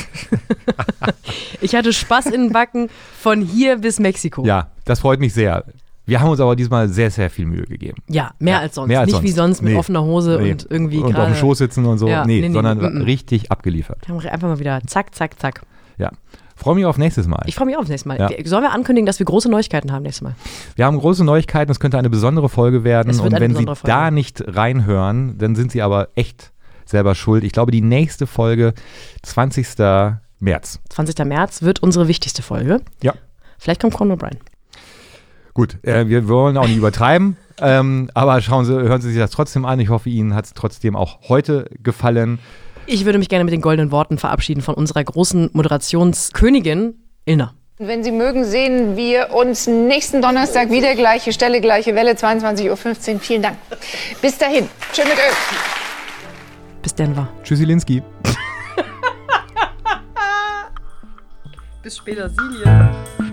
Speaker 1: Ich hatte Spaß in den Backen von hier bis Mexiko.
Speaker 2: Ja, das freut mich sehr. Wir haben uns aber diesmal sehr, sehr viel Mühe gegeben.
Speaker 1: Ja, mehr ja, als sonst.
Speaker 2: Mehr als
Speaker 1: Nicht
Speaker 2: sonst.
Speaker 1: wie sonst mit
Speaker 2: nee.
Speaker 1: offener Hose
Speaker 2: nee.
Speaker 1: und irgendwie
Speaker 2: Und
Speaker 1: grade,
Speaker 2: auf dem Schoß sitzen und so.
Speaker 1: ja,
Speaker 2: nee,
Speaker 1: nee, nee,
Speaker 2: sondern
Speaker 1: nee, nee.
Speaker 2: richtig abgeliefert.
Speaker 1: Wir haben einfach mal wieder zack, zack, zack.
Speaker 2: Ja. Freue mich auf nächstes Mal.
Speaker 1: Ich freue mich auf nächstes Mal.
Speaker 2: Ja.
Speaker 1: Sollen wir ankündigen, dass wir große Neuigkeiten haben nächstes Mal?
Speaker 2: Wir haben große Neuigkeiten. Es könnte eine besondere Folge werden.
Speaker 1: Es wird
Speaker 2: und
Speaker 1: eine
Speaker 2: wenn Sie
Speaker 1: Folge.
Speaker 2: da nicht reinhören, dann sind Sie aber echt selber schuld. Ich glaube, die nächste Folge, zwanzigsten März.
Speaker 1: zwanzigsten März wird unsere wichtigste Folge.
Speaker 2: Ja.
Speaker 1: Vielleicht kommt Conan O'Brien.
Speaker 2: Gut, äh, wir wollen auch nicht übertreiben, ähm, aber schauen Sie, hören Sie sich das trotzdem an. Ich hoffe, Ihnen hat es trotzdem auch heute gefallen.
Speaker 1: Ich würde mich gerne mit den goldenen Worten verabschieden von unserer großen Moderationskönigin Ilna.
Speaker 5: Wenn Sie mögen, sehen wir uns nächsten Donnerstag wieder. Gleiche Stelle, gleiche Welle, zweiundzwanzig Uhr fünfzehn. Vielen Dank. Bis dahin. Tschö mit Ö.
Speaker 1: Bis Denver.
Speaker 2: Tschüssi, Linsky.
Speaker 1: Bis später, Silje.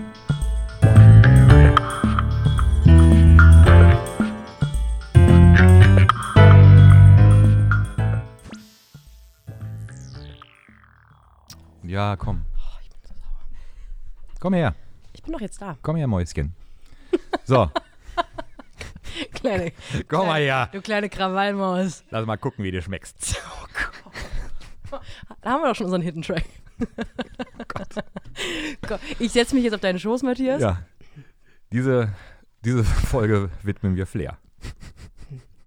Speaker 2: Ja, komm. Komm her.
Speaker 1: Ich bin doch jetzt da.
Speaker 2: Komm her, Mäuschen. So.
Speaker 1: Kleine,
Speaker 2: Komm mal
Speaker 1: kleine,
Speaker 2: her.
Speaker 1: Du kleine Krawallmaus.
Speaker 2: Lass mal gucken, wie du schmeckst.
Speaker 1: Oh Gott. Da haben wir doch schon unseren Hidden Track. Gott. Ich setze mich jetzt auf deinen Schoß, Matthias.
Speaker 2: Ja. Diese, diese Folge widmen wir Flair.